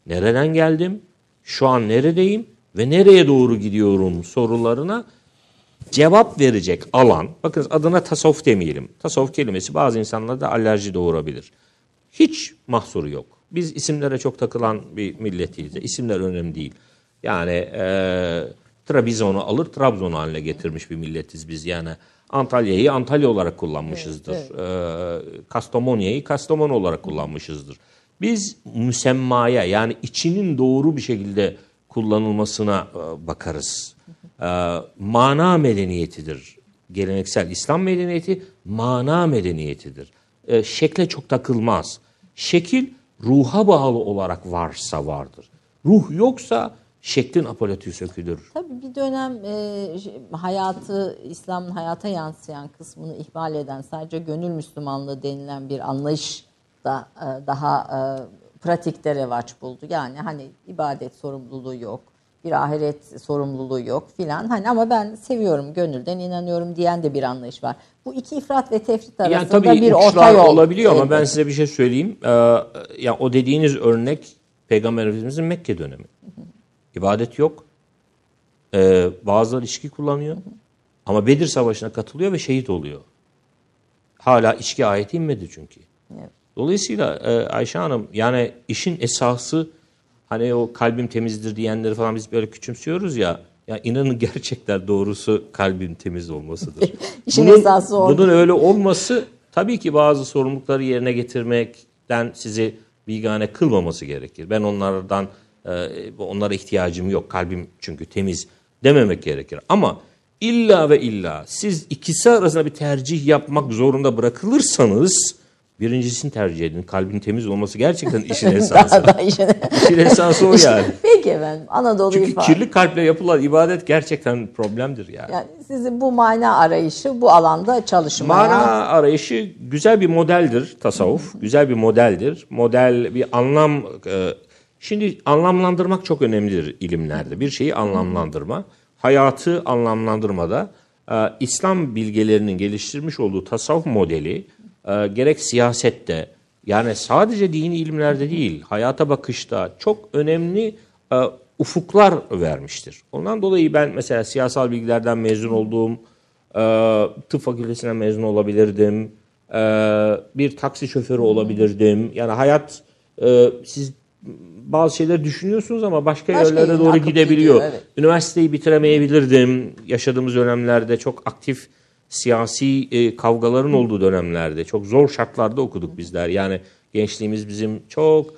nereden geldim, şu an neredeyim ve nereye doğru gidiyorum sorularına cevap verecek alan, bakın adına tasavvuf demeyelim. Tasavvuf kelimesi bazı insanlarda alerji doğurabilir. Hiç mahsuru yok. Biz isimlere çok takılan bir milletiyiz. İsimler önemli değil. Yani Trabzon'u alır, Trabzon haline getirmiş bir milletiz biz. Yani Antalya'yı Antalya olarak kullanmışızdır. Evet. Kastamonu'yu Kastamonu olarak kullanmışızdır. Biz müsemmaya, yani içinin doğru bir şekilde kullanılmasına bakarız. Mana medeniyetidir. Geleneksel İslam medeniyeti mana medeniyetidir. Şekle çok takılmaz. Şekil ruha bağlı olarak varsa vardır. Ruh yoksa şeklin apolatü sökülür. Tabii bir dönem hayatı, İslam'ın hayata yansıyan kısmını ihmal eden, sadece gönül Müslümanlığı denilen bir anlayış da daha pratikte revaç buldu. Yani hani ibadet sorumluluğu yok, bir ahiret sorumluluğu yok filan. Hani ama ben seviyorum, gönülden inanıyorum diyen de bir anlayış var. Bu iki ifrat ve tefrit arasında yani tabii bir orta yol olabiliyor ama ben size bir şey söyleyeyim. Yani o dediğiniz örnek Peygamber Efendimiz'in Mekke dönemi. İbadet yok. Bazıları içki kullanıyor. Ama Bedir Savaşı'na katılıyor ve şehit oluyor. Hala içki ayeti inmedi çünkü. Evet. Dolayısıyla Ayşe Hanım, yani işin esası, hani o kalbim temizdir diyenleri falan biz böyle küçümsüyoruz ya. Ya inanın gerçekten doğrusu kalbin temiz olmasıdır. İşin esası o. Bunun öyle olması tabii ki bazı sorumlulukları yerine getirmekten sizi bigane kılmaması gerekir. Ben onlara ihtiyacım yok, kalbim çünkü temiz dememek gerekir. Ama illa ve illa siz ikisi arasında bir tercih yapmak zorunda bırakılırsanız birincisini tercih edin. Kalbin temiz olması gerçekten işin esası. İşin esası o yani. Peki efendim, Anadolu çünkü kirli kalple yapılan ibadet gerçekten problemdir yani. Yani sizin bu mana arayışı, bu alanda çalışmaya... Mana arayışı güzel bir modeldir tasavvuf. Güzel bir modeldir. Model bir anlam... Şimdi anlamlandırmak çok önemlidir ilimlerde. Bir şeyi anlamlandırma. Hayatı anlamlandırmada İslam bilgelerinin geliştirmiş olduğu tasavvuf modeli gerek siyasette, yani sadece dini ilimlerde değil, hayata bakışta çok önemli ufuklar vermiştir. Ondan dolayı ben mesela siyasal bilgilerden mezun olduğum, tıp fakültesinden mezun olabilirdim, bir taksi şoförü olabilirdim. Yani hayat, siz bazı şeyler düşünüyorsunuz ama başka yerlere doğru gidebiliyor. Gidiyor, evet. Üniversiteyi bitiremeyebilirdim. Yaşadığımız dönemlerde çok aktif siyasi kavgaların olduğu dönemlerde çok zor şartlarda okuduk bizler. Yani gençliğimiz bizim çok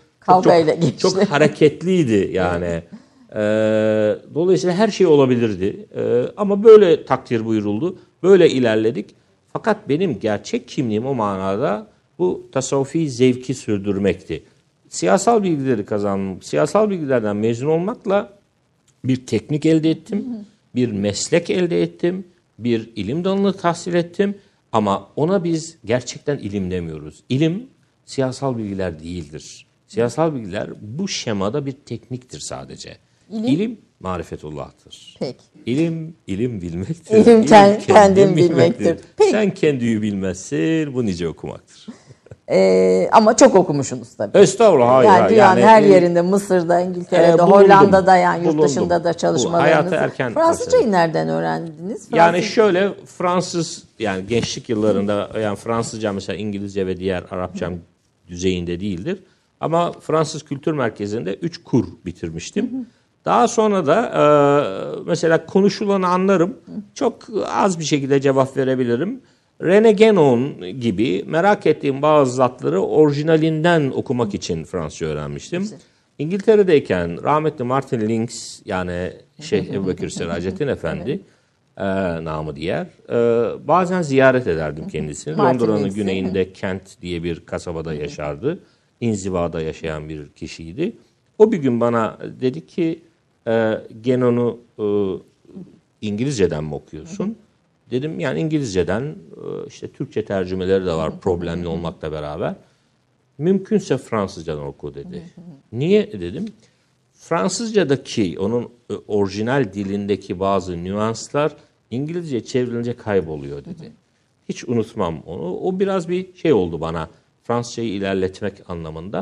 hareketliydi yani. Dolayısıyla her şey olabilirdi. Ama böyle takdir buyuruldu. Böyle ilerledik. Fakat benim gerçek kimliğim o manada bu tasavvufi zevki sürdürmekti. Siyasal bilgileri kazandım. Siyasal bilgilerden mezun olmakla bir teknik elde ettim. Bir meslek elde ettim. Bir ilim dalını tahsil ettim. Ama ona biz gerçekten ilim demiyoruz. İlim siyasal bilgiler değildir. Siyasal bilgiler bu şemada bir tekniktir sadece. İlim marifetullah'tır. Peki. İlim bilmektir. İlim kendin bilmektir. Peki. Sen kendini bilmezsin, bu nice okumaktır. Ama çok okumuşsunuz tabii. Estağfurullah. Hayır, yani dünyanın her yerinde, Mısır'da, İngiltere'de, Hollanda'da, yani yurt dışında da çalışmalarınızı. Fransızcayı nereden öğrendiniz? Yani şöyle, Fransız, yani gençlik yıllarında, yani Fransızca mesela İngilizce ve diğer Arapçam düzeyinde değildir. Ama Fransız Kültür Merkezi'nde 3 kur bitirmiştim. Daha sonra da mesela konuşulanı anlarım. Çok az bir şekilde cevap verebilirim. René Guénon gibi merak ettiğim bazı zatları orijinalinden okumak için Fransızca öğrenmiştim. İngiltere'deyken rahmetli Martin Links, yani Şeyh Ebubekir Siracettin Efendi namı diğer, bazen ziyaret ederdim kendisini. Londra'nın güneyinde Kent diye bir kasabada yaşardı. İnzivada yaşayan bir kişiydi. O bir gün bana dedi ki, Guénon'u İngilizceden mi okuyorsun? Dedim yani İngilizceden, işte Türkçe tercümeleri de var problemli olmakla beraber. Mümkünse Fransızcadan oku dedi. Niye dedim? Fransızcadaki onun orijinal dilindeki bazı nüanslar İngilizce çevrilince kayboluyor dedi. Hiç unutmam onu. O biraz bir şey oldu bana, Fransızcayı ilerletmek anlamında.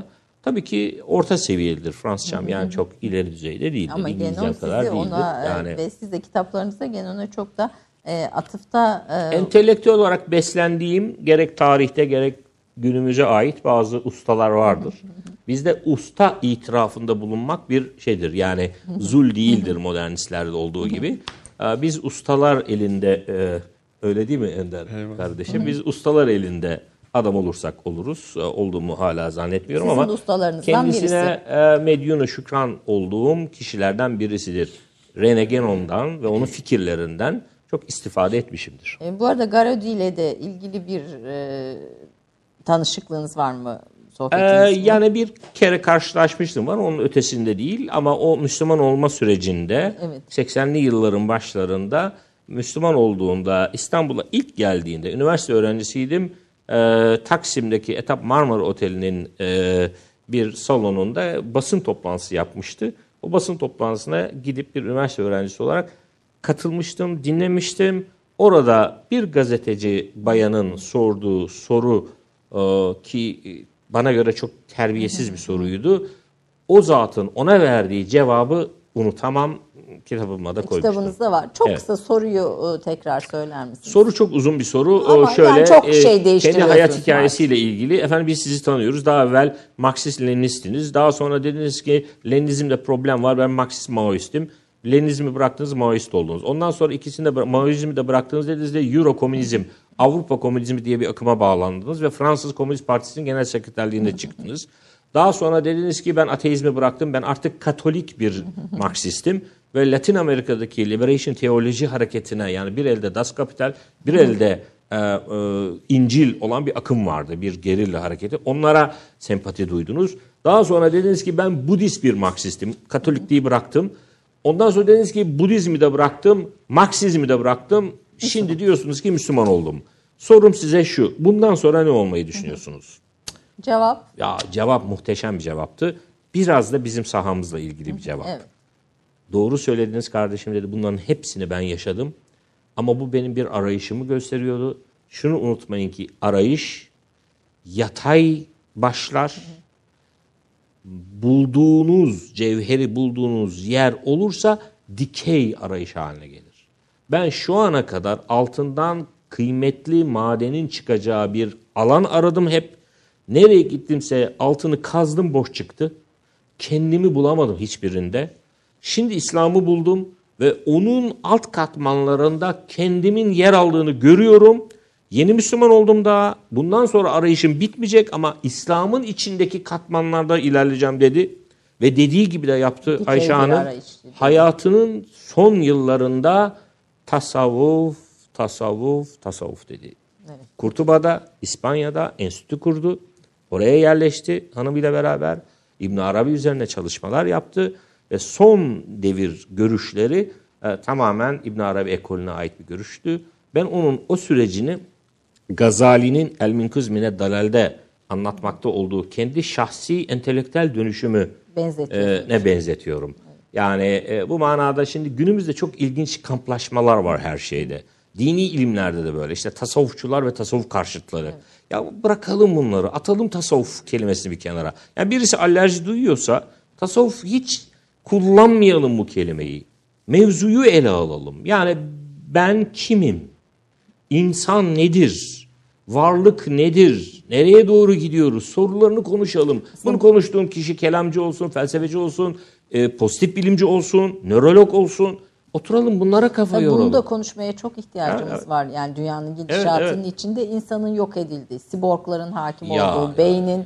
tabii ki orta seviyelidir Fransızcam. Yani çok ileri düzeyde değildir. Ama İngilizcem Genon kadar sizi değildir. ona Yani ve siz de kitaplarınızda Genon'a çok da atıfta entelektüel olarak beslendiğim gerek tarihte gerek günümüze ait bazı ustalar vardır. Bizde usta itirafında bulunmak bir şeydir. Yani zul değildir modernistlerde olduğu gibi. Biz ustalar elinde öyle değil mi Ender kardeşim? Biz ustalar elinde adam olursak oluruz. Olduğumu hala zannetmiyorum sizin ama ustalarınızdan kendisine medyunu şükran olduğum kişilerden birisidir. René Genon'dan ve onun fikirlerinden çok istifade etmişimdir. Bu arada Garaudy ile de ilgili bir tanışıklığınız var mı? Sohbetiniz mi? Yani bir kere karşılaşmıştım var, onun ötesinde değil ama o Müslüman olma sürecinde Evet. 80'li yılların başlarında Müslüman olduğunda İstanbul'a ilk geldiğinde üniversite öğrencisiydim. Taksim'deki Etap Marmara Oteli'nin bir salonunda basın toplantısı yapmıştı. O basın toplantısına gidip bir üniversite öğrencisi olarak katılmıştım, dinlemiştim. Orada bir gazeteci bayanın sorduğu soru ki bana göre çok terbiyesiz bir soruydu. O zatın ona verdiği cevabı unutamam, kitabıma da koymuştum. Kitabınızda var. Çok Evet. kısa soruyu tekrar söyler misiniz? Soru çok uzun bir soru. Ama Şöyle yani çok şey kendi değiştiriyorsunuz hayat hikayesiyle ilgili. Efendim biz sizi tanıyoruz. Daha evvel Marksist-Leninistiniz. Daha sonra dediniz ki Leninizmde problem var. Ben Marksist-Maoistim. Leninizmi bıraktınız, Maoist oldunuz. Ondan sonra ikisini de Maoizmi de bıraktınız dediğinizde Euro komünizm, Avrupa komünizmi diye bir akıma bağlandınız ve Fransız Komünist Partisi'nin genel sekreterliğinde çıktınız. Daha sonra dediniz ki ben ateizmi bıraktım. Ben artık Katolik bir Marksistim ve Latin Amerika'daki Liberation Teoloji hareketine, yani bir elde Das Kapital, bir elde İncil olan bir akım vardı. Bir gerilla hareketi. Onlara sempati duydunuz. Daha sonra dediniz ki ben Budist bir Marksistim. Katolikliği bıraktım. Ondan sonra dediniz ki Budizmi de bıraktım, Marksizmi de bıraktım. Şimdi diyorsunuz ki Müslüman oldum. Sorum size şu. Bundan sonra ne olmayı düşünüyorsunuz? Cevap? Ya cevap muhteşem bir cevaptı. Biraz da bizim sahamızla ilgili bir cevap. Evet. Doğru söylediniz kardeşim dedi. Bunların hepsini ben yaşadım. Ama bu benim bir arayışımı gösteriyordu. Şunu unutmayın ki arayış yatay başlar. Bulduğunuz, cevheri bulduğunuz yer olursa dikey arayış haline gelir. Ben şu ana kadar altından kıymetli madenin çıkacağı bir alan aradım hep. Nereye gittimse altını kazdım, boş çıktı. Kendimi bulamadım hiçbirinde. Şimdi İslam'ı buldum ve onun alt katmanlarında kendimin yer aldığını görüyorum. Yeni Müslüman oldum daha. Bundan sonra arayışım bitmeyecek ama İslam'ın içindeki katmanlarda ilerleyeceğim dedi. Ve dediği gibi de yaptı Dikey Ayşe bir Hanım. arayış dedi. Hayatının son yıllarında tasavvuf dedi. Evet. Kurtuba'da, İspanya'da enstitü kurdu. Oraya yerleşti hanımıyla beraber. İbn Arabi üzerine çalışmalar yaptı. Ve son devir görüşleri tamamen İbn Arabi ekolüne ait bir görüştü. Ben onun o sürecini Gazali'nin El-Minkuz Mine Dalal'de anlatmakta olduğu kendi şahsi entelektüel dönüşümü ne benzetiyorum. Yani bu manada şimdi günümüzde çok ilginç kamplaşmalar var her şeyde. Dini ilimlerde de böyle. İşte tasavvufçular ve tasavvuf karşıtları. Evet. Ya bırakalım bunları. Atalım tasavvuf kelimesini bir kenara. Yani birisi alerji duyuyorsa tasavvuf hiç kullanmayalım bu kelimeyi. Mevzuyu ele alalım. Yani ben kimim? İnsan nedir? Varlık nedir? Nereye doğru gidiyoruz? Sorularını konuşalım. Bunu konuştuğum kişi kelamcı olsun, felsefeci olsun, pozitif bilimci olsun, nörolog olsun. Oturalım bunlara kafa yoralım. Bunu da konuşmaya çok ihtiyacımız var. Yani dünyanın gidişatının içinde insanın yok edildiği, siborgların hakim olduğu, beynin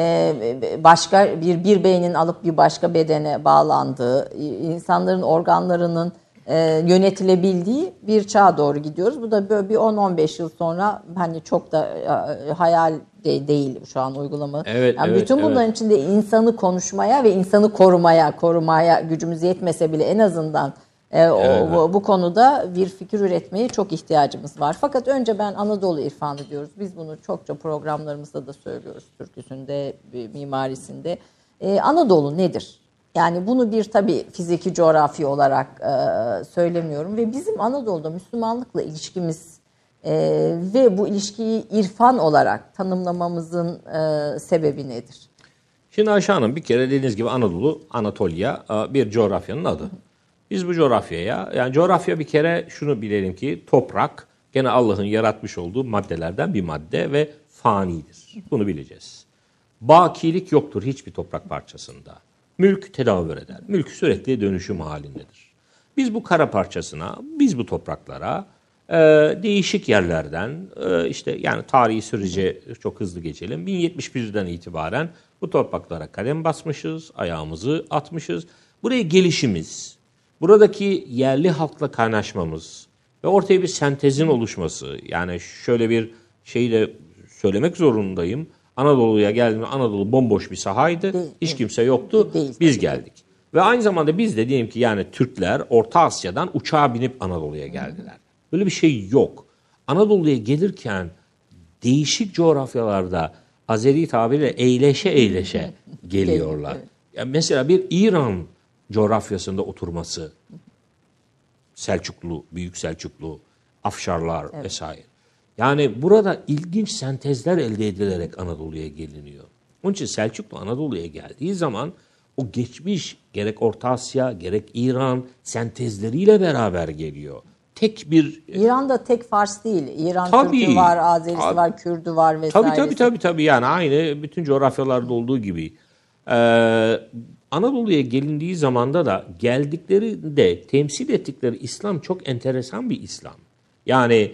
başka bir beynin alıp bir başka bedene bağlandığı, insanların organlarının yönetilebildiği bir çağa doğru gidiyoruz. Bu da böyle bir 10-15 yıl sonra hani çok da hayal değil şu an uygulama. Evet, yani bütün bunların içinde insanı konuşmaya ve insanı korumaya gücümüz yetmese bile en azından bu konuda bir fikir üretmeye çok ihtiyacımız var. Fakat önce ben Anadolu irfanı diyoruz. Biz bunu çokça programlarımızda da söylüyoruz. Türküsünde, mimarisinde. Anadolu nedir? Yani bunu bir tabii fiziki coğrafi olarak söylemiyorum ve bizim Anadolu'da Müslümanlıkla ilişkimiz ve bu ilişkiyi irfan olarak tanımlamamızın sebebi nedir? Şimdi Ayşe Hanım, bir kere dediğiniz gibi Anadolu, Anatolia bir coğrafyanın adı. Biz bu coğrafyaya, yani coğrafya bir kere şunu bilelim ki toprak gene Allah'ın yaratmış olduğu maddelerden bir madde ve fanidir. Bunu bileceğiz. Bakilik yoktur hiçbir toprak parçasında. Mülk tedavür eder. Mülk sürekli dönüşüm halindedir. Biz bu kara parçasına, biz bu topraklara değişik yerlerden, işte yani tarihi sürece çok hızlı geçelim. 1071'den itibaren bu topraklara kadem basmışız, ayağımızı atmışız. Buraya gelişimiz, buradaki yerli halkla kaynaşmamız ve ortaya bir sentezin oluşması. Yani şöyle bir şeyi de söylemek zorundayım. Anadolu'ya geldiğimde Anadolu bomboş bir sahaydı. Hiç kimse yoktu. Biz geldik. Ve aynı zamanda biz de diyelim ki yani Türkler Orta Asya'dan uçağa binip Anadolu'ya geldiler. Böyle bir şey yok. Anadolu'ya gelirken değişik coğrafyalarda Azeri tabiriyle eğleşe geliyorlar. Yani mesela bir İran coğrafyasında oturması, Selçuklu, Büyük Selçuklu, Afşarlar vesaire. Yani burada ilginç sentezler elde edilerek Anadolu'ya geliniyor. Onun için Selçuklu Anadolu'ya geldiği zaman o geçmiş gerek Orta Asya gerek İran sentezleriyle beraber geliyor. Tek bir... İran'da tek Fars değil. İran Türk'ü var, Azerisi var, Kürdü var vesaire. Tabii. Yani aynı bütün coğrafyalarda olduğu gibi. Anadolu'ya gelindiği zamanda da geldiklerinde temsil ettikleri İslam çok enteresan bir İslam. Yani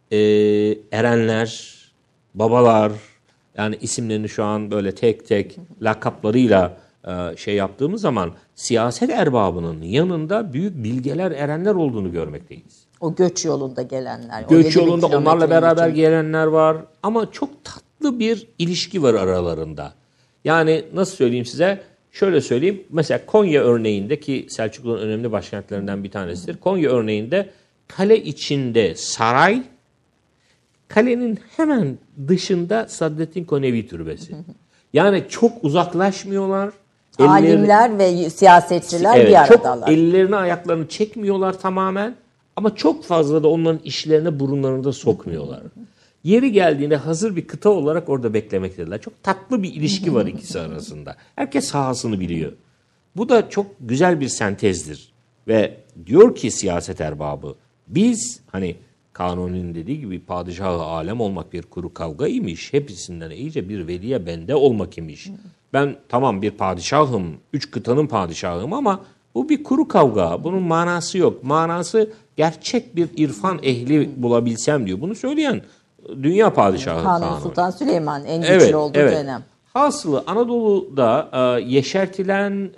erenler, babalar, yani isimlerini şu an böyle tek tek lakaplarıyla şey yaptığımız zaman siyaset erbabının yanında büyük bilgeler, erenler olduğunu görmekteyiz. O göç yolunda gelenler. Göç yolunda onlarla beraber gelenler var ama çok tatlı bir ilişki var aralarında. Yani nasıl söyleyeyim size? Şöyle söyleyeyim. Mesela Konya örneğinde, ki Selçuklu'nun önemli başkentlerinden bir tanesidir. Konya örneğinde kale içinde saray, kalenin hemen dışında Saddettin Konevi Türbesi. Yani çok uzaklaşmıyorlar. Alimler ve siyasetçiler bir aradalar. Çok ellerini ayaklarını çekmiyorlar tamamen ama çok fazla da onların işlerine burunlarını da sokmuyorlar. Yeri geldiğinde hazır bir kıta olarak orada beklemektedirler. Çok tatlı bir ilişki var ikisi arasında. Herkes sahasını biliyor. Bu da çok güzel bir sentezdir. Ve diyor ki siyaset erbabı, biz hani Kanuni'nin dediği gibi padişah-ı alem olmak bir kuru kavga imiş. Hepsinden iyice bir veliye bende olmak imiş. Ben tamam bir padişahım, 3 kıtanın padişahım ama bu bir kuru kavga. Bunun manası yok. Manası gerçek bir irfan ehli bulabilsem diyor. Bunu söyleyen dünya padişahı Kanuni Sultan Süleyman en güçlü olduğu dönem. Hasılı Anadolu'da yeşertilen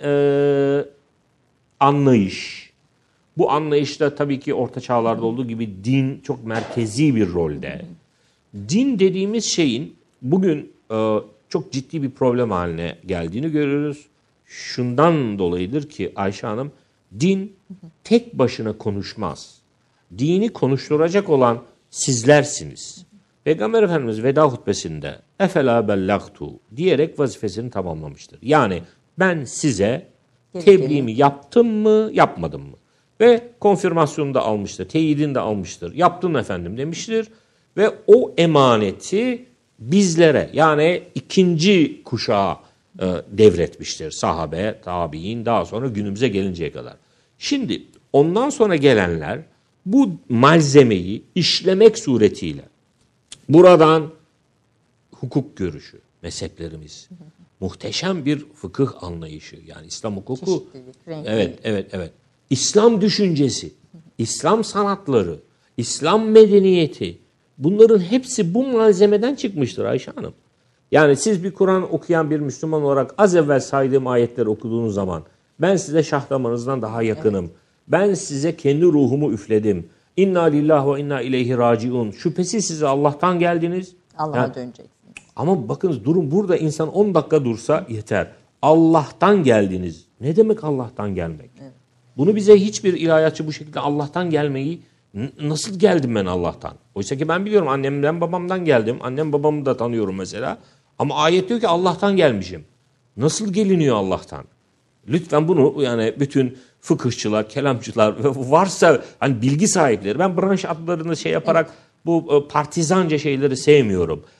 anlayış, bu anlayışta tabii ki orta çağlarda olduğu gibi din çok merkezi bir rolde. Din dediğimiz şeyin bugün çok ciddi bir problem haline geldiğini görüyoruz. Şundan dolayıdır ki Ayşe Hanım, din tek başına konuşmaz. Dini konuşturacak olan sizlersiniz. Peygamber Efendimiz veda hutbesinde "Efela bellagtu" diyerek vazifesini tamamlamıştır. Yani ben size tebliğimi yaptım mı, yapmadım mı? Ve konfirmasyonu da almıştır, teyidini de almıştır. Yaptın efendim demiştir. Ve o emaneti bizlere, yani ikinci kuşağa devretmiştir. Sahabe, tabiin, daha sonra günümüze gelinceye kadar. Şimdi ondan sonra gelenler bu malzemeyi işlemek suretiyle buradan hukuk görüşü, mezheplerimiz, muhteşem bir fıkıh anlayışı, yani İslam hukuku, evet. İslam düşüncesi, İslam sanatları, İslam medeniyeti, bunların hepsi bu malzemeden çıkmıştır Ayşe Hanım. Yani siz bir Kur'an okuyan bir Müslüman olarak az evvel saydığım ayetleri okuduğunuz zaman ben size şah damarınızdan daha yakınım. Evet. Ben size kendi ruhumu üfledim. İnna lillahi ve inna ileyhi raciun. Şüphesiz siz Allah'tan geldiniz. Allah'a döneceksiniz. Ama bakınız durum burada, insan 10 dakika dursa yeter. Allah'tan geldiniz. Ne demek Allah'tan gelmek? Evet. Bunu bize hiçbir ilahiyatçı bu şekilde Allah'tan gelmeyi, nasıl geldim ben Allah'tan? Oysa ki ben biliyorum, annemden babamdan geldim. Annem babamı da tanıyorum mesela. Ama ayet diyor ki Allah'tan gelmişim. Nasıl geliniyor Allah'tan? Lütfen bunu, yani bütün fıkıhçılar, kelamcılar varsa hani bilgi sahipleri, ben branş adlarını şey yaparak bu partizanca şeyleri sevmiyorum.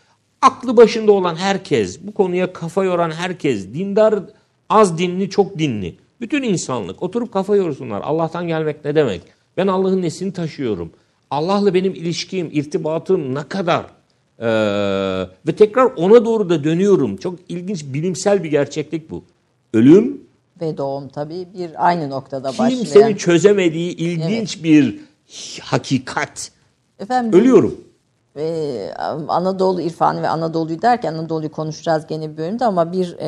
aklı başında olan herkes, bu konuya kafa yoran herkes, dindar, az dinli, çok dinli, bütün insanlık oturup kafa yorsunlar. Allah'tan gelmek ne demek? Ben Allah'ın nesini taşıyorum? Allah'la benim ilişkim, irtibatım ne kadar? Ve tekrar ona doğru da dönüyorum. Çok ilginç, bilimsel bir gerçeklik bu. Ölüm Ve doğum tabii bir aynı noktada başlayan. kimsenin çözemediği ilginç bir hakikat. Efendim, Ölüyorum. Anadolu irfanı ve Anadolu'yu derken Anadolu'yu konuşacağız gene bir bölümde ama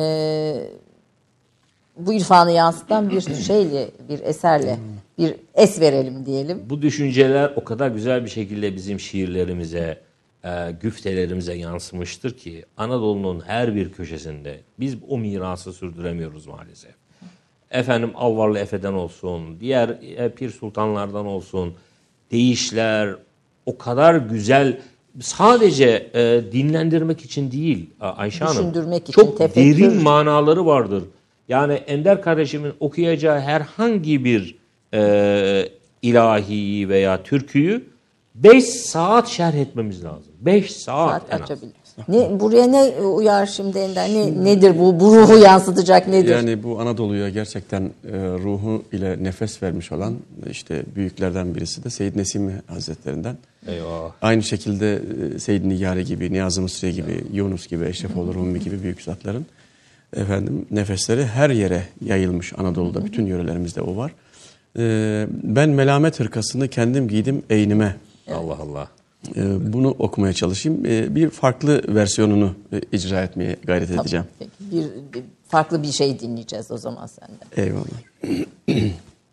bu irfanı yansıtan bir şeyle, bir eserle bir es verelim diyelim. Bu düşünceler o kadar güzel bir şekilde bizim şiirlerimize, güftelerimize yansımıştır ki Anadolu'nun her bir köşesinde biz o mirası sürdüremiyoruz maalesef. Efendim Avvarlı Efe'den olsun, diğer pir sultanlardan olsun, deyişler o kadar güzel, sadece dinlendirmek için değil Ayşe Hanım. Düşündürmek için, çok tefekkür. derin manaları vardır. Yani Ender kardeşimin okuyacağı herhangi bir ilahiyi veya türküyü 5 saat şerh etmemiz lazım. 5 saat en az. Açabiliriz. Buraya ne uyar şimdi Ender? Nedir bu? Bu ruhu yansıtacak nedir? Yani bu Anadolu'ya gerçekten ruhu ile nefes vermiş olan işte büyüklerden birisi de Seyyid Nesimi Hazretlerinden. Eyvah. Aynı şekilde Seyyid Nigari gibi, Niyazi Mısri gibi, Yunus gibi, Eşrefoğlu Rumi gibi büyük zatların nefesleri her yere yayılmış Anadolu'da. Bütün yörelerimizde o var. Ben Melamet hırkasını kendim giydim eynime. Allah Allah. Bunu okumaya çalışayım. Bir farklı versiyonunu icra etmeye gayret edeceğim. Peki, bir farklı bir şey dinleyeceğiz o zaman senden. Eyvallah.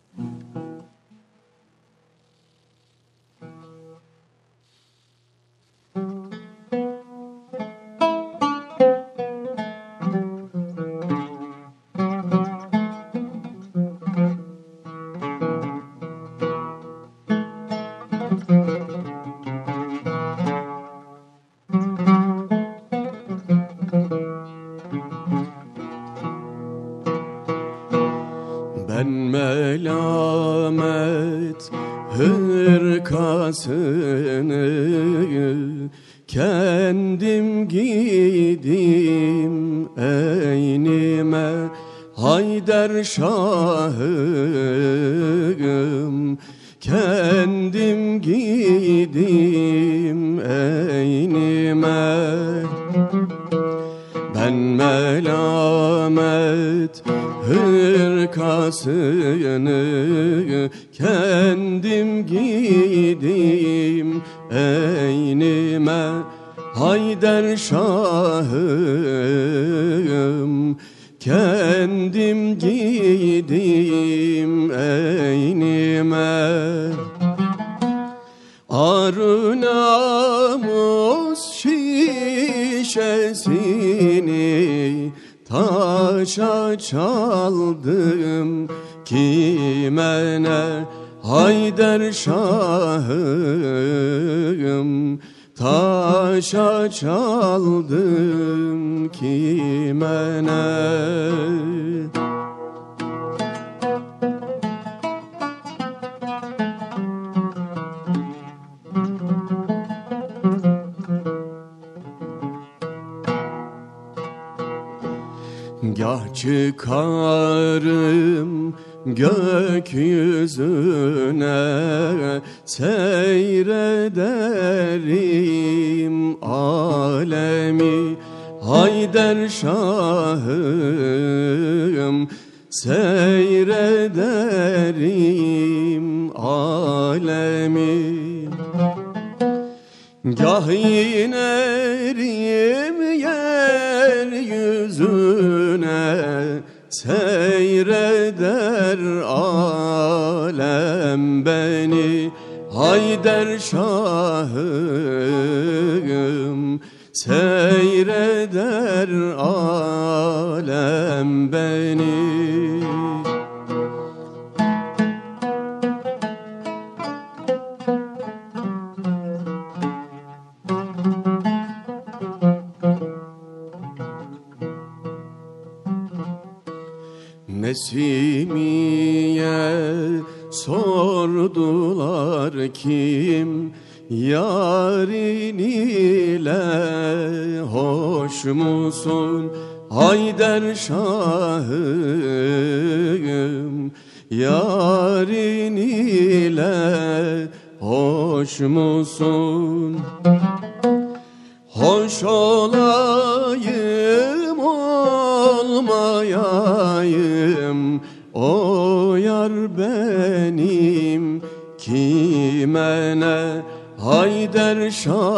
Ben melamet hırkasını kendim giydim eynime, Haydar Şahım kendim giydim eynime. Ben melamet hırkasını kendim giydim eynime, Haydar Şahım kendim giydim eynime. Arı namus şişesini taşa çaldım kime ne, Haydar Şahım taşa çaldım kime ne. Gah çıkarım gökyüzüne, seyrederim alemi, Haydar Şahım seyrederim alemi. Gah inerim yeryüzüne, seyreder alem beni, Haydar Şahım seyreder alem beni. Nesimiye sordular kim Yarın ile hoş musun Haydar Şahım? Yarın ile hoş musun? Hoş olayım olmayayım, o yar benim kime ne? Haydar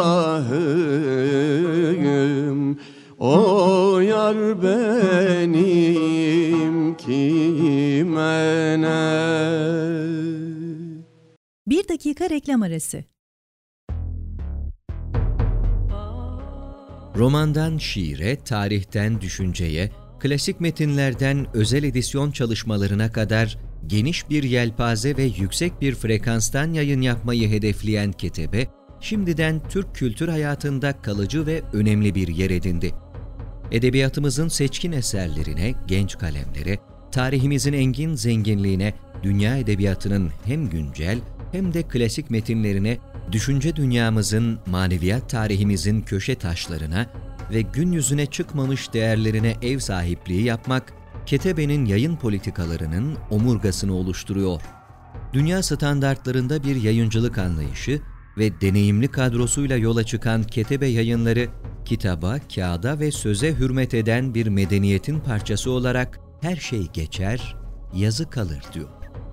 Şahım, o yar benim kime ne? Bir dakika reklam arası. Romandan şiire, tarihten düşünceye, klasik metinlerden özel edisyon çalışmalarına kadar geniş bir yelpaze ve yüksek bir frekanstan yayın yapmayı hedefleyen Ketebe, şimdiden Türk kültür hayatında kalıcı ve önemli bir yer edindi. Edebiyatımızın seçkin eserlerine, genç kalemlere, tarihimizin engin zenginliğine, dünya edebiyatının hem güncel hem de klasik metinlerine, düşünce dünyamızın, maneviyat tarihimizin köşe taşlarına ve gün yüzüne çıkmamış değerlerine ev sahipliği yapmak, Ketebe'nin yayın politikalarının omurgasını oluşturuyor. Dünya standartlarında bir yayıncılık anlayışı ve deneyimli kadrosuyla yola çıkan Ketebe Yayınları, kitaba, kağıda ve söze hürmet eden bir medeniyetin parçası olarak her şey geçer, yazı kalır diyor.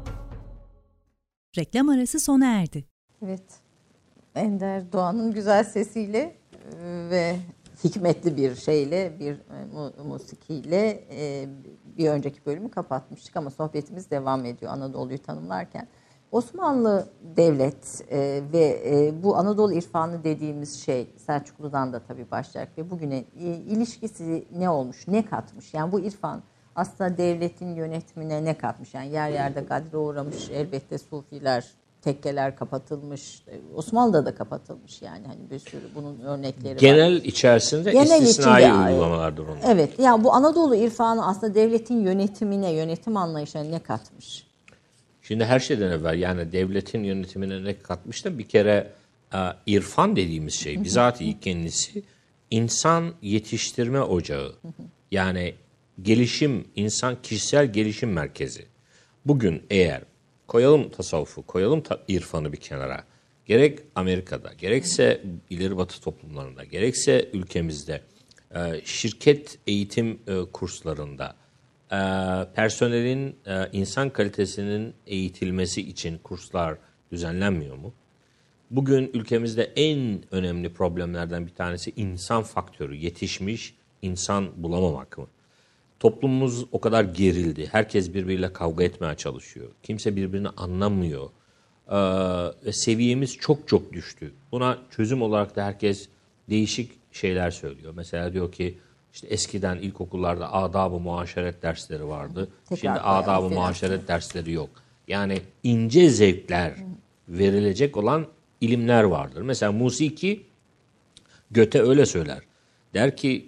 Reklam arası sona erdi. Evet. Ender Doğan'ın güzel sesiyle ve hikmetli bir şeyle, bir musikiyle bir önceki bölümü kapatmıştık ama sohbetimiz devam ediyor Anadolu'yu tanımlarken. Osmanlı Devlet ve bu Anadolu irfanı dediğimiz şey Selçuklu'dan da tabii başlayarak ve bugüne ilişkisi ne olmuş, ne katmış? Yani bu irfan aslında devletin yönetimine ne katmış? Yani yer yerde gadre uğramış, elbette sufiler, tekkeler kapatılmış. Osmanlı'da da kapatılmış yani hani bir sürü bunun örnekleri genel var. içerisinde Genel istisnai içinde, uygulamalardır onlar. Evet. Yani bu Anadolu irfanı aslında devletin yönetimine, yönetim anlayışına ne katmış? Şimdi her şeyden evvel yani devletin yönetimine ne katmış da bir kere irfan dediğimiz şey bizatihi kendisi insan yetiştirme ocağı. Yani gelişim, insan kişisel gelişim merkezi. Bugün eğer koyalım tasavvufu, koyalım irfanı bir kenara. Gerek Amerika'da, gerekse ileri batı toplumlarında, gerekse ülkemizde şirket eğitim kurslarında personelin insan kalitesinin eğitilmesi için kurslar düzenlenmiyor mu? Bugün ülkemizde en önemli problemlerden bir tanesi insan faktörü, yetişmiş insan bulamamak mı? Toplumumuz o kadar gerildi. Herkes birbiriyle kavga etmeye çalışıyor. Kimse birbirini anlamıyor. Ve seviyemiz çok çok düştü. Buna çözüm olarak da herkes değişik şeyler söylüyor. Mesela diyor ki işte eskiden ilkokullarda adab-ı muaşeret dersleri vardı. Şimdi adab-ı muaşeret dersleri yok. Yani ince zevkler verilecek olan ilimler vardır. Mesela musiki, Goethe öyle söyler. Der ki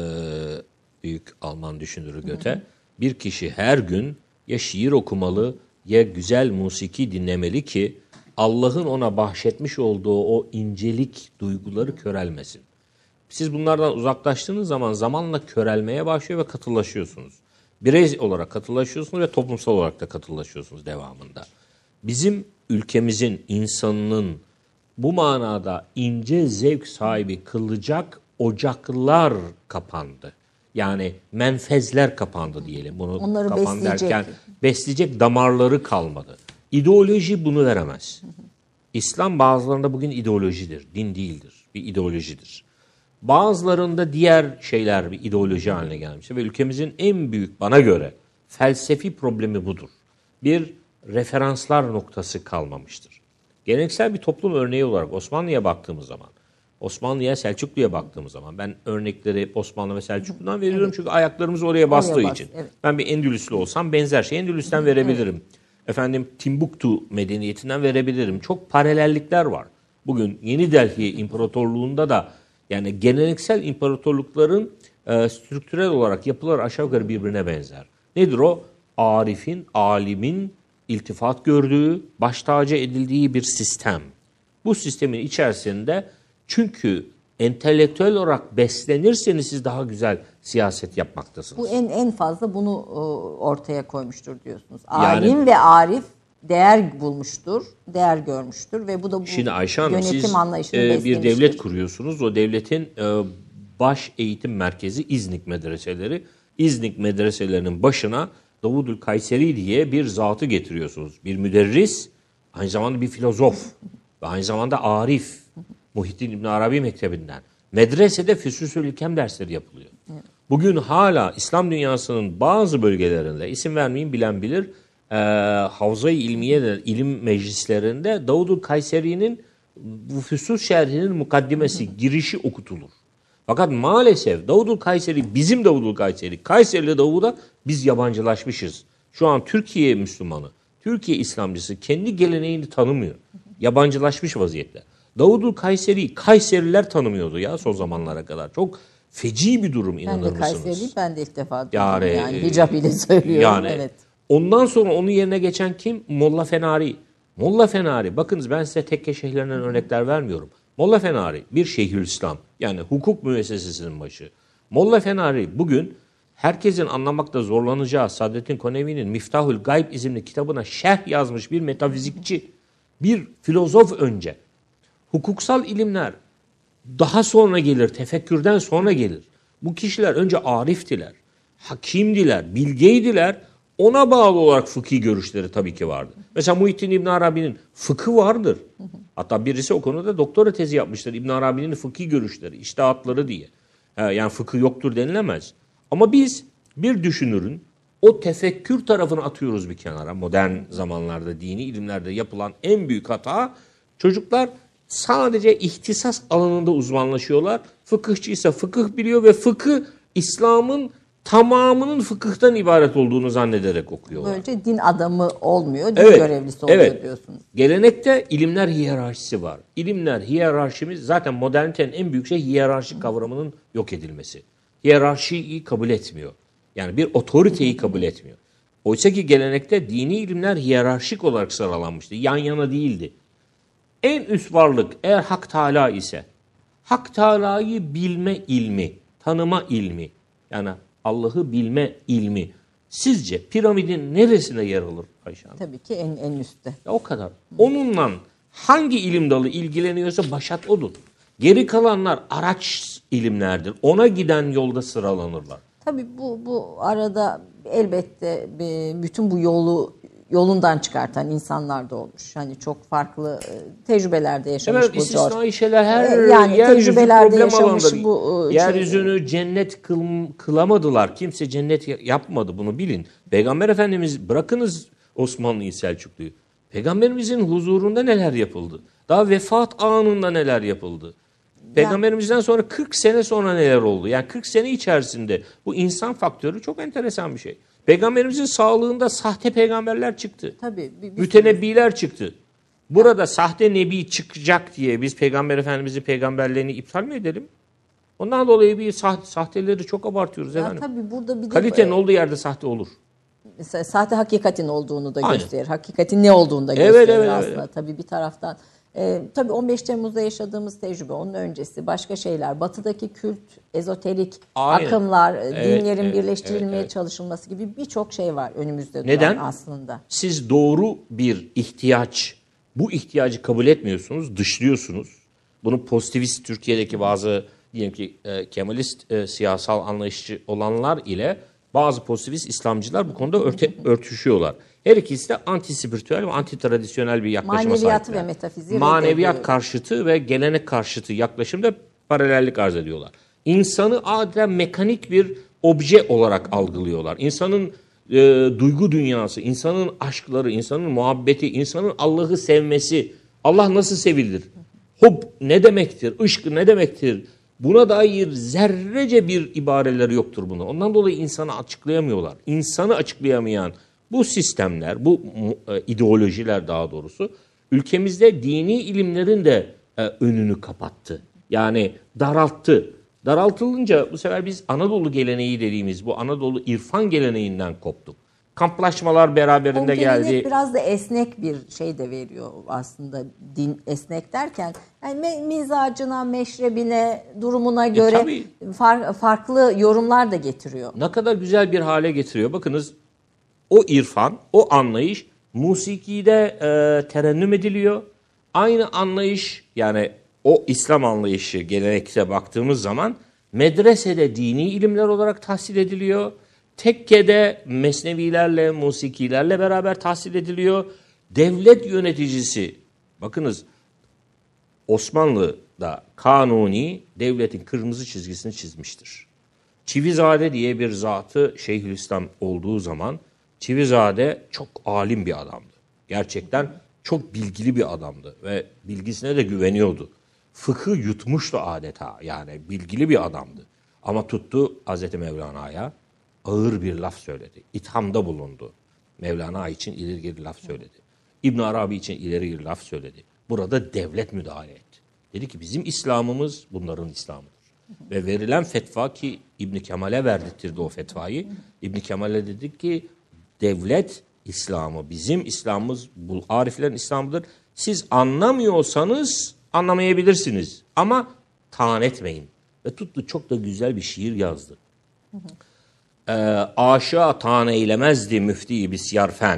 büyük Alman düşünürü Goethe, bir kişi her gün ya şiir okumalı ya güzel musiki dinlemeli ki Allah'ın ona bahşetmiş olduğu o incelik duyguları körelmesin. Siz bunlardan uzaklaştığınız zaman zamanla körelmeye başlıyor ve katılaşıyorsunuz. Birey olarak katılaşıyorsunuz ve toplumsal olarak da katılaşıyorsunuz devamında. Bizim ülkemizin insanının bu manada ince zevk sahibi kılacak ocaklar kapandı. Yani menfezler kapandı diyelim. Bunu onları kapan besleyecek. derken besleyecek damarları kalmadı. İdeoloji bunu veremez. İslam bazılarında bugün ideolojidir, din değildir. Bir ideolojidir. Bazılarında diğer şeyler bir ideoloji haline gelmiştir. Ve ülkemizin en büyük bana göre felsefi problemi budur. Bir referanslar noktası kalmamıştır. Geleneksel bir toplum örneği olarak Osmanlı'ya baktığımız zaman, Osmanlı'ya, Selçuklu'ya baktığımız zaman ben örnekleri Osmanlı ve Selçuklu'dan veriyorum çünkü ayaklarımız oraya bastığı için. Evet. Ben bir Endülüslü olsam benzer şey Endülüs'ten verebilirim. Evet. Efendim Timbuktu medeniyetinden verebilirim. Çok paralellikler var. Bugün Yeni Delhi İmparatorluğu'nda da yani geleneksel imparatorlukların strüktürel olarak yapıları aşağı yukarı birbirine benzer. Nedir o? Arif'in, alimin iltifat gördüğü, baş tacı edildiği bir sistem. Bu sistemin içerisinde çünkü entelektüel olarak beslenirseniz siz daha güzel siyaset yapmaktasınız. Bu en fazla bunu ortaya koymuştur diyorsunuz. Yani- Alim ve arif değer bulmuştur, değer görmüştür ve bu da bu Şimdi Ayşe Hanım yönetim siz anlayışını bir beslemiştir. devlet kuruyorsunuz. O devletin baş eğitim merkezi İznik medreseleri. İznik medreselerinin başına Davudül Kayseri diye bir zatı getiriyorsunuz. Bir müderris, aynı zamanda bir filozof ve aynı zamanda arif. Muhittin İbn Arabi Mektebi'nden. Medresede Füsusül Hikem dersleri yapılıyor. Bugün hala İslam dünyasının bazı bölgelerinde, isim vermeyeyim bilen bilir, Havza-i İlmiye de ilim meclislerinde Davudül Kayseri'nin bu Füsus şerhinin mukaddimesi, girişi okutulur. Fakat maalesef Davudül Kayseri, bizim Davudül Kayseri, Kayserili Davud'a biz yabancılaşmışız. Şu an Türkiye Müslümanı, Türkiye İslamcısı kendi geleneğini tanımıyor. Yabancılaşmış vaziyette. Davudül Kayseri'yi Kayseriler tanımıyordu ya son zamanlara kadar. Çok feci bir durum, Ben inanır de mısınız? Kayseri'yi ben de ilk defa duydum. Yani, Yani hicab ile söylüyorum. Yani Evet. ondan sonra onun yerine geçen kim? Molla Fenari. Molla Fenari, bakınız ben size tekke şeyhlerinden örnekler vermiyorum. Molla Fenari bir Şeyhülislam, yani hukuk müessesesinin başı. Molla Fenari bugün herkesin anlamakta zorlanacağı Saadettin Konevi'nin Miftahül Gayb isimli kitabına şerh yazmış bir metafizikçi, bir filozof önce. Hukuksal ilimler daha sonra gelir, tefekkürden sonra gelir. Bu kişiler önce ariftiler, hakimdiler, bilgeydiler. Ona bağlı olarak fıkhi görüşleri tabii ki vardı. Mesela Muhittin İbn Arabi'nin fıkhı vardır. Hatta birisi o konuda doktora tezi yapmıştır. İbn Arabi'nin fıkhi görüşleri, içtihatları diye. Yani fıkıh yoktur denilemez. Ama biz bir düşünürün o tefekkür tarafını atıyoruz bir kenara. Modern zamanlarda dini ilimlerde yapılan en büyük hata, çocuklar sadece ihtisas alanında uzmanlaşıyorlar. Fıkıhçıysa fıkıh biliyor ve fıkıh İslam'ın tamamının fıkıhtan ibaret olduğunu zannederek okuyorlar. Böylece din adamı olmuyor, din Evet, görevlisi oluyor evet. diyorsunuz. Gelenekte ilimler hiyerarşisi var. İlimler hiyerarşimiz, zaten modernitenin en büyük şey hiyerarşi kavramının yok edilmesi. Hiyerarşiyi kabul etmiyor. Yani bir otoriteyi kabul etmiyor. Oysa ki gelenekte dini ilimler hiyerarşik olarak sıralanmıştı. Yan yana değildi. En üst varlık eğer Hak Teala ise, Hak Teala'yı bilme ilmi, tanıma ilmi, yani Allah'ı bilme ilmi sizce piramidin neresine yer alır Ayşe Hanım? Tabii ki en üstte. Ya o kadar. Onunla hangi ilim dalı ilgileniyorsa başat odur. Geri kalanlar araç ilimlerdir. Ona giden yolda sıralanırlar. Tabii bu arada elbette bütün bu yolundan çıkartan insanlar da olmuş. Hani çok farklı tecrübelerde yaşamış Evet, bu George. istisnai şeyler her Yani yeryüzü tecrübelerde problem yaşamış alanıdır. bu Yeryüzünü cennet kılamadılar. Kimse cennet yapmadı, bunu bilin. Peygamber Efendimiz, bırakınız Osmanlı'yı, Selçuklu'yu. Peygamberimizin huzurunda neler yapıldı? Daha vefat anında neler yapıldı? Peygamberimizden sonra 40 sene sonra neler oldu? Yani 40 sene içerisinde bu insan faktörü çok enteresan bir şey. Peygamberimizin sağlığında sahte peygamberler çıktı. Tabii, Mütenebbiler çıktı. Burada sahte nebi çıkacak diye biz Peygamber Efendimiz'i peygamberlerini iptal mi edelim? Ondan dolayı bir sahteleri çok abartıyoruz efendim. Tabii burada bir de Kalitenin olduğu yerde sahte olur. mesela sahte hakikatin olduğunu da Aynen. gösterir. Hakikatin ne olduğunu da Evet, gösterir evet, aslında. evet. Tabii bir taraftan. Tabii 15 Temmuz'da yaşadığımız tecrübe, onun öncesi başka şeyler. Batı'daki kült, ezoterik Aynen. akımlar, Evet, dinlerin evet, birleştirilmeye evet. çalışılması gibi birçok şey var önümüzde Neden? duran aslında. Siz doğru bir ihtiyaç, bu ihtiyacı kabul etmiyorsunuz, dışlıyorsunuz. Bunu pozitivist Türkiye'deki bazı diyelim ki Kemalist siyasal anlayışçı olanlar ile bazı pozitivist İslamcılar bu konuda örtüşüyorlar. Her ikisi de anti-spiritüel ve anti-tradisyonel bir yaklaşıma Maneviyatı sahipler. ve metafiziği Maneviyat reddediyor. karşıtı ve gelenek karşıtı yaklaşımda paralellik arz ediyorlar. İnsanı adeta mekanik bir obje olarak algılıyorlar. İnsanın duygu dünyası, insanın aşkları, insanın muhabbeti, insanın Allah'ı sevmesi, Allah nasıl sevilir? Hub ne demektir? Işk ne demektir? Buna dair zerrece bir ibareleri yoktur buna. Ondan dolayı insanı açıklayamıyorlar. İnsanı açıklayamayan bu sistemler, bu ideolojiler daha doğrusu ülkemizde dini ilimlerin de önünü kapattı. Yani daralttı. Daraltılınca bu sefer biz Anadolu geleneği dediğimiz bu Anadolu irfan geleneğinden koptuk. Kamplaşmalar beraberinde Gelenek geldi. biraz da esnek bir şey de veriyor aslında, din esnek derken. Yani mizacına, meşrebine, durumuna göre tabii. farklı yorumlar da getiriyor. Ne kadar güzel bir hale getiriyor. Bakınız o irfan, o anlayış musikide terennüm ediliyor. Aynı anlayış, yani o İslam anlayışı gelenekte baktığımız zaman medresede dini ilimler olarak tahsil ediliyor. Tekkede mesnevilerle, musikilerle beraber tahsil ediliyor. Devlet yöneticisi, bakınız Osmanlı'da Kanuni devletin kırmızı çizgisini çizmiştir. Çivizade diye bir zatı Şeyhülislam olduğu zaman Çivizade çok alim bir adamdı. Gerçekten çok bilgili bir adamdı ve bilgisine de güveniyordu. Fıkhı yutmuştu adeta, yani bilgili bir adamdı. Ama tuttu Hazreti Mevlana'ya ağır bir laf söyledi. İthamda bulundu. Mevlana için ileri geri laf söyledi. İbn Arabi için ileri geri laf söyledi. Burada devlet müdahale etti. Dedi ki bizim İslam'ımız bunların İslam'ıdır. Ve verilen fetva, ki İbn Kemal'e verdirtirdi o fetvayı. İbn Kemal'e dedi ki devlet İslam'ı, bizim İslam'ımız bu ariflerin İslam'ıdır. Siz anlamıyorsanız anlamayabilirsiniz ama taan etmeyin. Ve tuttu çok da güzel bir şiir yazdı. Aşağı taan eylemezdi müfti bisyar fen.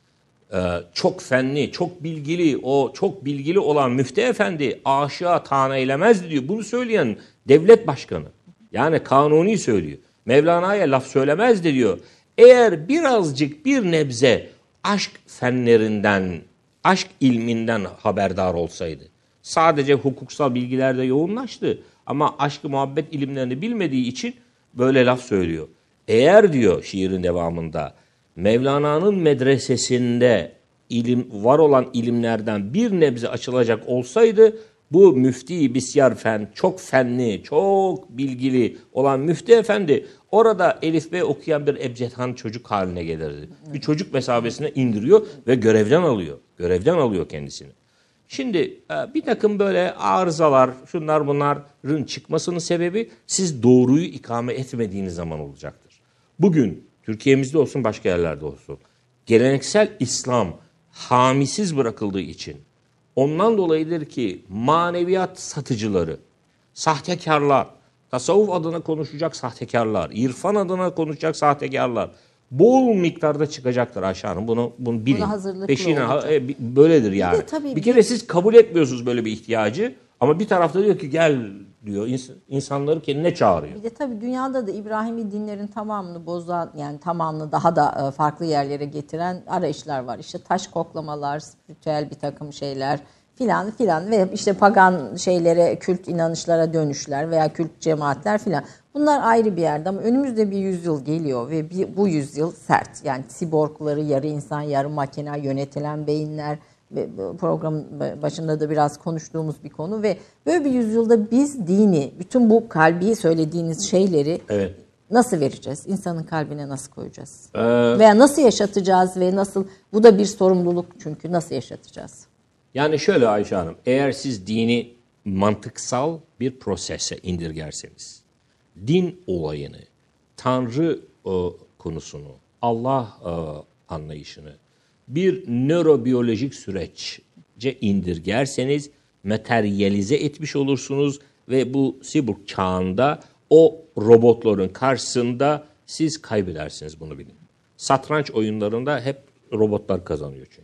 Çok fenli, çok bilgili, o çok bilgili olan müftü efendi aşağı taan eylemezdi diyor. Bunu söyleyen devlet başkanı. Yani Kanuni söylüyor. Mevlana'ya laf söylemezdi diyor. Eğer birazcık bir nebze aşk fenlerinden, aşk ilminden haberdar olsaydı. Sadece hukuksal bilgilerde yoğunlaştı ama aşk-ı muhabbet ilimlerini bilmediği için böyle laf söylüyor. Eğer diyor şiirin devamında Mevlana'nın medresesinde var olan ilimlerden bir nebze açılacak olsaydı bu müfti bisyar fen, çok fenli, çok bilgili olan müftü efendi orada Elif B okuyan bir ebcedhan çocuk haline gelirdi. Bir çocuk mesabesine indiriyor ve görevden alıyor. Görevden alıyor kendisini. Şimdi bir takım böyle arızalar, şunlar bunların çıkmasının sebebi siz doğruyu ikame etmediğiniz zaman olacaktır. Bugün Türkiye'mizde olsun, başka yerlerde olsun, geleneksel İslam hamisiz bırakıldığı için ondan dolayıdır ki maneviyat satıcıları, sahtekarlar, tasavvuf adına konuşacak sahtekarlar, irfan adına konuşacak sahtekarlar bol miktarda çıkacaktır Ayşe Hanım. Bunu bilin. Buna hazırlıklı Peşine olacak. böyledir yani. Bir kere siz kabul etmiyorsunuz böyle bir ihtiyacı ama bir tarafta diyor ki gel diyor, insanları kendine çağırıyor. Bir de tabii dünyada da İbrahimi dinlerin tamamını bozan, yani tamamını daha da farklı yerlere getiren arayışlar var. İşte taş koklamalar, spiritüel bir takım şeyler filan filan ve işte pagan şeylere, kült inanışlara dönüşler veya kült cemaatler filan. Bunlar ayrı bir yerde ama önümüzde bir yüzyıl geliyor ve bu yüzyıl sert. Yani siborgları, yarı insan, yarı makine, yönetilen beyinler, programın başında da biraz konuştuğumuz bir konu ve böyle bir yüzyılda biz dini, bütün bu kalbi söylediğiniz şeyleri nasıl vereceğiz? İnsanın kalbine nasıl koyacağız? Veya nasıl yaşatacağız ve nasıl, bu da bir sorumluluk çünkü nasıl yaşatacağız? Yani şöyle Ayşe Hanım, eğer siz dini mantıksal bir prosese indirgerseniz, din olayını, Tanrı konusunu, Allah anlayışını bir nörobiyolojik süreçce indirgerseniz materyalize etmiş olursunuz ve bu Cyborg çağında o robotların karşısında siz kaybedersiniz, bunu bilin. Satranç oyunlarında hep robotlar kazanıyor çünkü.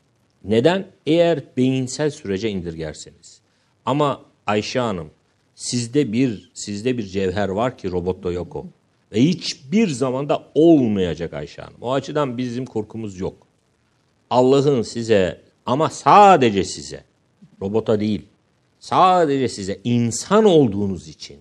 Neden? Eğer beyinsel sürece indirgerseniz. Ama Ayşe Hanım, sizde bir cevher var ki robotta yok o. Ve hiçbir zamanda olmayacak Ayşe Hanım. O açıdan bizim korkumuz yok. Allah'ın size, ama sadece size, robota değil, sadece size insan olduğunuz için,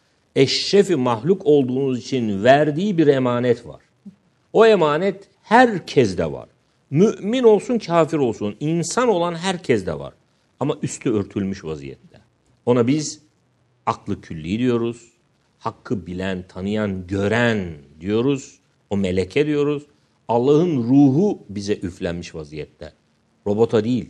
eşrefi mahluk olduğunuz için verdiği bir emanet var. O emanet herkeste var. Mümin olsun, kafir olsun, insan olan herkeste var. Ama üstü örtülmüş vaziyette. Ona biz aklı külli diyoruz. Hakkı bilen, tanıyan, gören diyoruz. O meleke diyoruz. Allah'ın ruhu bize üflenmiş vaziyette. Robota değil.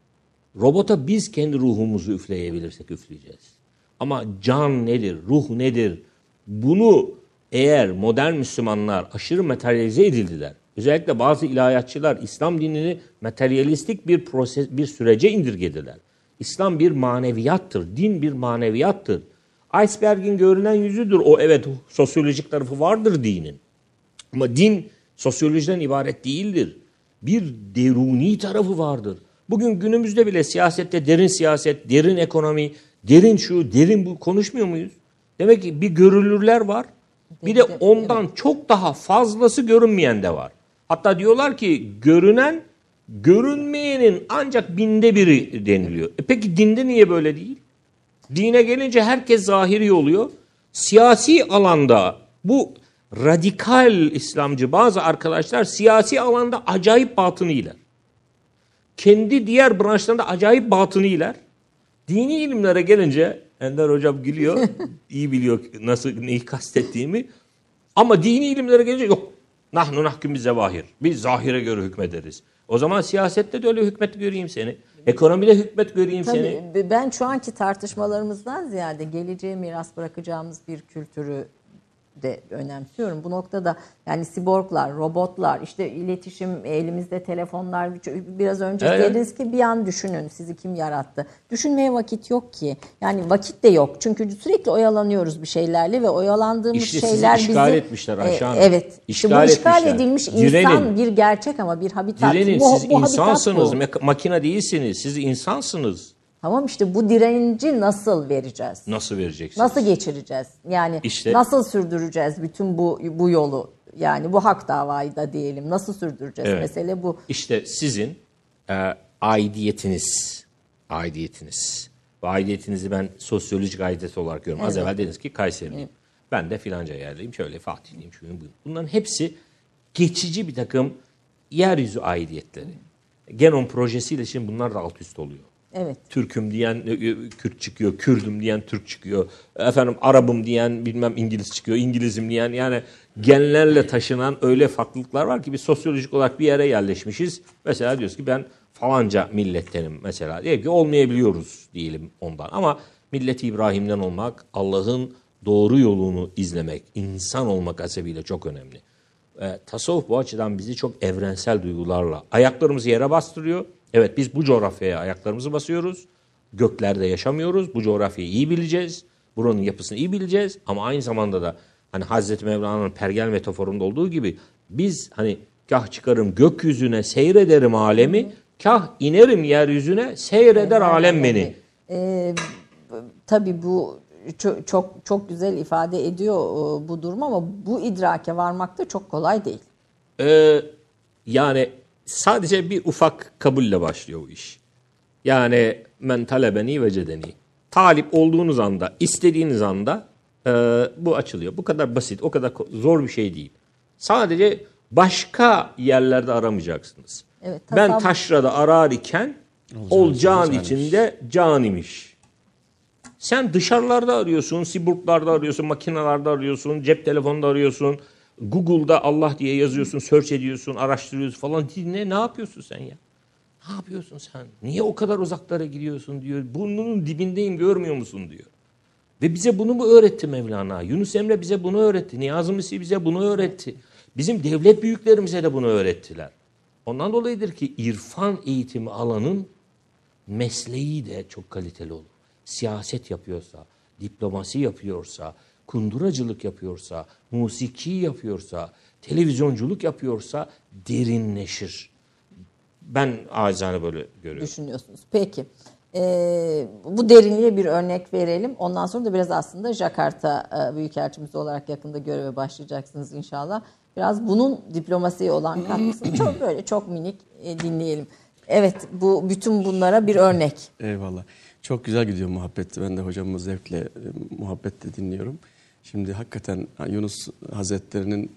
Robota biz kendi ruhumuzu üfleyebilirsek üfleyeceğiz. Ama can nedir, ruh nedir? Bunu eğer modern Müslümanlar aşırı materyalize edildiler. özellikle bazı ilahiyatçılar İslam dinini materyalistik bir sürece indirgediler. İslam bir maneviyattır, din bir maneviyattır. Iceberg'in görünen yüzüdür. O evet sosyolojik tarafı vardır dinin. Ama din sosyolojiden ibaret değildir. Bir deruni tarafı vardır. Bugün günümüzde bile siyasette derin siyaset, derin ekonomi, derin şu, derin bu konuşmuyor muyuz? Demek ki bir görülürler var. Bir de ondan çok daha fazlası görünmeyen de var. Hatta diyorlar ki görünen, görünmeyenin ancak binde biri deniliyor. Peki dinde niye böyle değil? Dine gelince herkes zahiri oluyor. Siyasi alanda bu radikal İslamcı bazı arkadaşlar siyasi alanda acayip batıniler. Kendi diğer branşlarında acayip batıniler. Dini ilimlere gelince Ender hocam gülüyor. İyi biliyor nasıl neyi kastettiğimi. Ama dini ilimlere gelince yok. Nahnu nahküm bi zevahir. Biz zahire göre hükmederiz. O zaman siyasette de öyle hükmet göreyim seni. Ekonomide hükmet göreyim seni. Ben şu anki tartışmalarımızdan ziyade geleceğe miras bırakacağımız bir kültürü de önemsiyorum. Bu noktada yani siborglar, robotlar, işte iletişim, elimizde telefonlar, biraz önce dediniz ki bir an düşünün sizi kim yarattı. Düşünmeye vakit yok ki. Yani vakit de yok. Çünkü sürekli oyalanıyoruz bir şeylerle ve oyalandığımız işte şeyler bizi işgal etmişler Ayşe Hanım. Evet. İşgal bu işgal etmişler. edilmiş Direnin. insan bir gerçek ama bir habitat. Direnin, bu siz insansınız, habitat makine değilsiniz. Siz insansınız. Tamam işte bu direnci nasıl vereceğiz? Nasıl vereceksiniz? Nasıl geçireceğiz? Yani İşte, nasıl sürdüreceğiz bütün bu yolu? Yani bu hak davayı da diyelim. Nasıl sürdüreceğiz? Evet. Mesele bu. İşte sizin aidiyetiniz ve aidiyetinizi ben sosyolojik aidiyet olarak görüyorum. Az evvel dediniz ki Kayseriliyim. Ben de filanca yerliyim. Şöyle Fatihliyim. Şuyum buyum. Bunların hepsi geçici bir takım yeryüzü aidiyetleri. Genom projesiyle şimdi bunlar da alt üst oluyor. Evet. Türk'üm diyen Kürt çıkıyor, Kürdüm diyen Türk çıkıyor. Efendim Arap'ım diyen bilmem İngiliz çıkıyor, İngiliz'im diyen yani genlerle taşınan öyle farklılıklar var ki biz sosyolojik olarak bir yere yerleşmişiz. Mesela diyoruz ki ben falanca millettenim mesela. Diyelim ki olmayabiliyoruz diyelim ondan ama millet-i İbrahim'den olmak, Allah'ın doğru yolunu izlemek, insan olmak hasebiyle çok önemli. Tasavvuf bu açıdan bizi çok evrensel duygularla ayaklarımızı yere bastırıyor. Evet biz bu coğrafyaya ayaklarımızı basıyoruz. Göklerde yaşamıyoruz. Bu coğrafyayı iyi bileceğiz. Buranın yapısını iyi bileceğiz. Ama aynı zamanda da hani Hazreti Mevlana'nın pergel metaforunda olduğu gibi biz hani kah çıkarım gökyüzüne seyrederim alemi, kah inerim yeryüzüne seyreder alem beni. Tabii bu çok güzel ifade ediyor bu durum ama bu idrake varmak da çok kolay değil. Yani sadece bir ufak kabulle başlıyor bu iş. Yani men talebeni vecedeni. Talip olduğunuz anda, istediğiniz anda bu açılıyor. Bu kadar basit, o kadar zor bir şey değil. Sadece başka yerlerde aramayacaksınız. Evet, ben taşrada arar iken olacağın içinde can imiş. Sen dışarılarda arıyorsun, siburglarda arıyorsun, makinelerde arıyorsun, cep telefonunda arıyorsun. Google'da Allah diye yazıyorsun, search ediyorsun, araştırıyorsun falan. Ne yapıyorsun sen ya? Ne yapıyorsun sen? Niye o kadar uzaklara gidiyorsun diyor. Burnunun dibindeyim görmüyor musun diyor. Ve bize bunu mu öğretti Mevlana? Yunus Emre bize bunu öğretti. Niyazi Mısri bize bunu öğretti. Bizim devlet büyüklerimize de bunu öğrettiler. Ondan dolayıdır ki irfan eğitimi alanın mesleği de çok kaliteli olur. Siyaset yapıyorsa, diplomasi yapıyorsa, kunduracılık yapıyorsa, musiki yapıyorsa, televizyonculuk yapıyorsa derinleşir. Ben acizane böyle görüyorum. Düşünüyorsunuz. Peki. Bu derinliğe bir örnek verelim. Ondan sonra da biraz aslında Jakarta Büyükelçimiz olarak yakında göreve başlayacaksınız inşallah. Biraz bunun diplomasiye olan katkısını çok minik dinleyelim. Evet, bütün bunlara bir örnek. Eyvallah. Çok güzel gidiyor muhabbet. Ben de hocamı zevkle, muhabbetle dinliyorum. Şimdi hakikaten Yunus Hazretleri'nin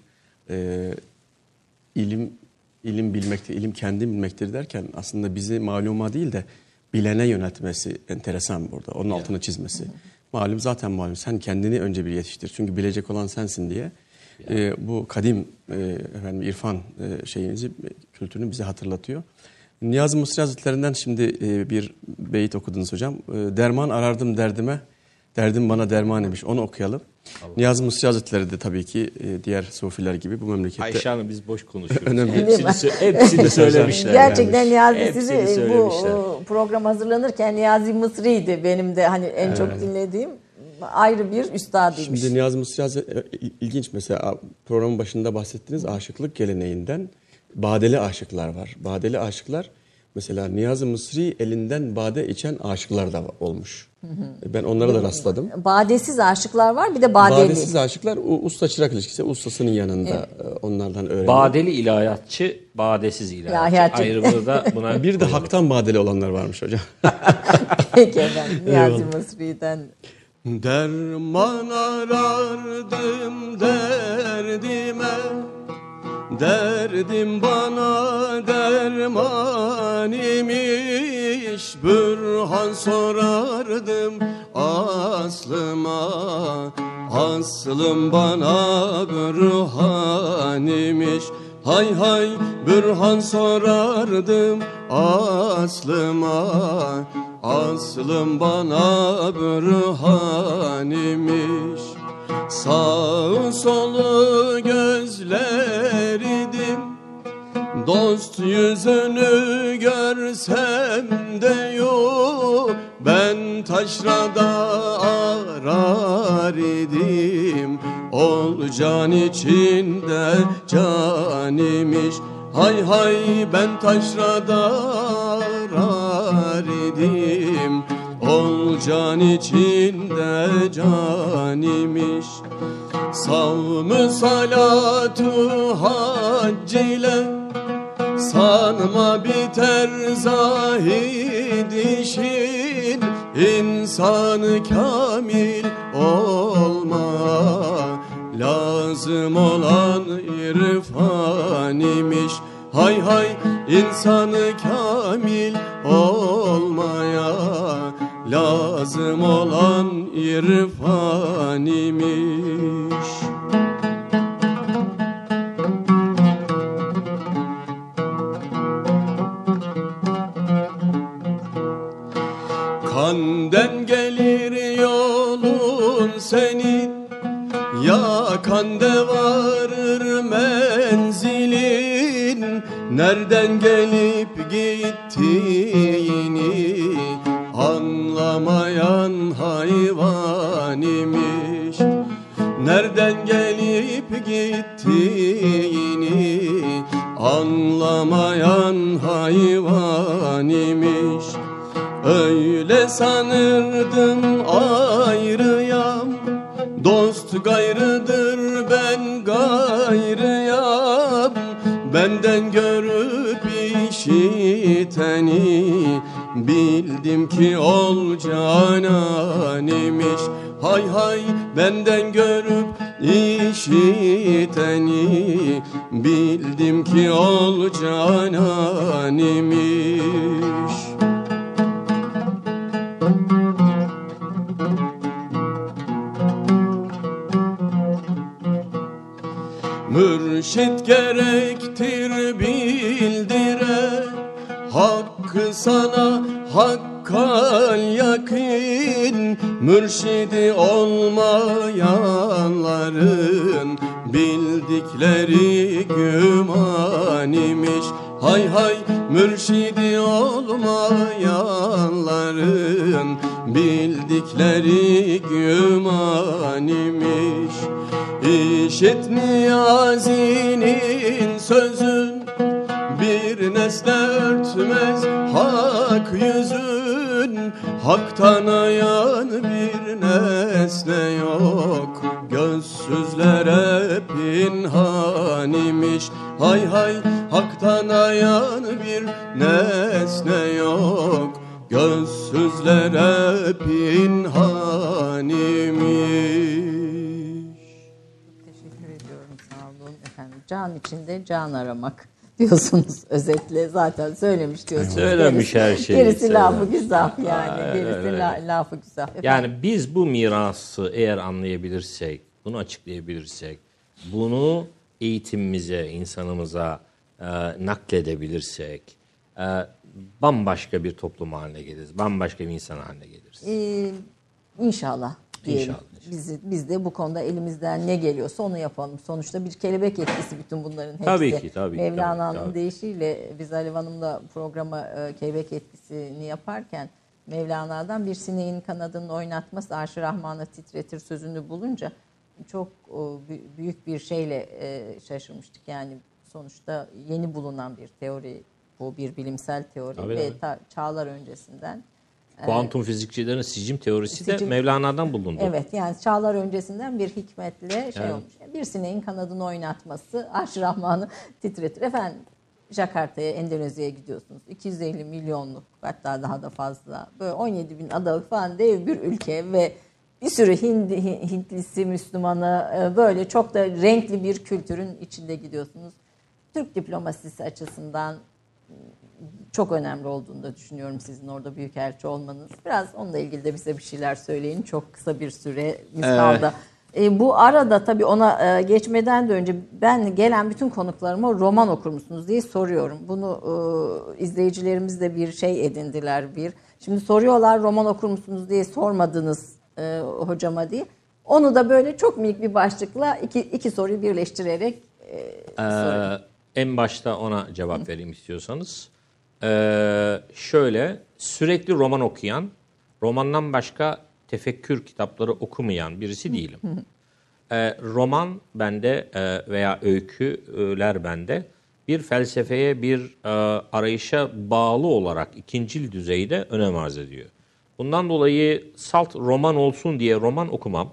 ilim bilmektir, ilim kendi bilmektir derken aslında bizi maluma değil de bilene yöneltmesi enteresan burada. Onun altını çizmesi. Malum zaten malum. Sen kendini önce bir yetiştir. Çünkü bilecek olan sensin diye. Bu kadim irfan kültürünü bize hatırlatıyor. Niyazi Mısri Hazretlerinden şimdi bir beyit okudunuz hocam. Derman arardım derdime, Derdim bana derman imiş. Onu okuyalım. Niyazi Mısri Hazretleri de tabii ki diğer sufiler gibi bu memlekette... Ayşe Hanım biz boş konuşuyoruz. Önemli. Hepsini söylemişler. Gerçekten Niyazi Hepsini sizi söylemişler. bu program hazırlanırken Niyazi Mısri'ydi benim de hani en çok dinlediğim ayrı bir üstadıymış. Şimdi Niyazi Mısri Hazretleri ilginç, mesela programın başında bahsettiğiniz aşıklık geleneğinden badeli aşıklar var. Badeli aşıklar, mesela Niyazi Mısri elinden bade içen aşıklar da olmuş. Ben onlara da rastladım. Badesiz aşıklar var, bir de badeli. Badesiz aşıklar usta çırak ilişkisi, ustasının yanında onlardan öğreniyor. Badeli ilahiyatçı, badesiz ilahiyatçı. İlahiyatçı. Ayrımını da buna Bir de haktan badeli olanlar varmış hocam. Peki efendim, Niyazi Mısri'den. Derman arardım derdime, derdim bana derman imiş. Bürhan sorardım aslıma, aslım bana bürhan imiş. Hay hay bürhan sorardım aslıma, aslım bana bürhan imiş. Sağ solu gözlerdim, dost yüzünü görsem de yok. Ben taşrada arar idim, ol can içinde can imiş. Hay hay ben taşrada arar idim, ol can içinde can imiş. Savmı salatu hac ile, sanma biter zahid işin. İnsan kamil olma, lazım olan irfan imiş. Hay hay insanı kamil olmaya, lazım olan irfan imiş. Kanden gelir yolun senin, ya kande varır menzilin. Nereden gelip gittiğini anlamayan hayvan imiş. Nereden gelip gittiğini anlamayan hayvan imiş. Öyle sanırdım ayrıyam, dost gayrıdır ben gayrıyam. Benden görüp işiteni, bildim ki ol canan imiş. Hay hay benden görüp işiteni, bildim ki ol canan imiş. Mürşit gerektir bildire, hakkı sana hakkal yakin. Mürşidi olmayanların bildikleri güman imiş. Hay hay mürşidi olmayanların bildikleri güman imiş. İşit Niyazi'nin sözün, bir nesne örtmez hak yüzün. Haktan ayan bir nesne yok, gözsüzlere pinhan imiş. Hay hay haktan ayan bir nesne yok, gözsüzlere pinhan imiş. Teşekkür ediyorum, sağ olun efendim. Can içinde can aramak diyorsunuz özetle, zaten söylemiş diyorsunuz. Söylemiş her şeyi. Gerisi lafı güzah yani. Gerisi öyle. lafı güzah. Efendim. Yani biz bu mirası eğer anlayabilirsek, bunu açıklayabilirsek, bunu eğitimimize, insanımıza nakledebilirsek, bambaşka bir toplum haline geliriz. Bambaşka bir insan haline geliriz. İnşallah. diyelim. İnşallah. Biz de bu konuda elimizden ne geliyorsa onu yapalım. Sonuçta bir kelebek etkisi bütün bunların hepsi. Tabii ki. Mevlana'nın tabii. deyişiyle biz Alev Hanım'la programa kelebek etkisini yaparken Mevlana'dan bir sineğin kanadını oynatması Arş-ı Rahman'ı titretir sözünü bulunca çok büyük bir şeyle şaşırmıştık. Yani sonuçta yeni bulunan bir teori, bu bir bilimsel teori Tabii, ve tabii. çağlar öncesinden. Kuantum fizikçilerin sicim teorisi de Mevlana'dan bulundu. Evet, yani çağlar öncesinden bir hikmetle Evet. olmuş. Bir sineğin kanadını oynatması Arş-ı Rahman'ı titretir. Efendim Jakarta'ya, Endonezya'ya gidiyorsunuz. 250 milyonluk, hatta daha da fazla. Böyle 17 bin adalık falan dev bir ülke ve bir sürü Hintlisi, Müslümanı, böyle çok da renkli bir kültürün içinde gidiyorsunuz. Türk diplomasisi açısından çok önemli olduğunu da düşünüyorum sizin orada büyükelçi olmanız. Biraz onunla ilgili de bize bir şeyler söyleyin. Çok kısa bir süremiz kaldı. Bu arada tabii ona geçmeden de önce ben gelen bütün konuklarıma roman okur musunuz diye soruyorum. Bunu izleyicilerimiz de bir şey edindiler. Şimdi soruyorlar roman okur musunuz diye sormadınız hocama diye. Onu da böyle çok minik bir başlıkla iki soruyu birleştirerek sorayım. En başta ona cevap vereyim istiyorsanız. Şöyle, sürekli roman okuyan, romandan başka tefekkür kitapları okumayan birisi değilim. Roman bende veya öyküler bende bir felsefeye, bir arayışa bağlı olarak ikincil düzeyde önem arz ediyor. Bundan dolayı salt roman olsun diye roman okumam.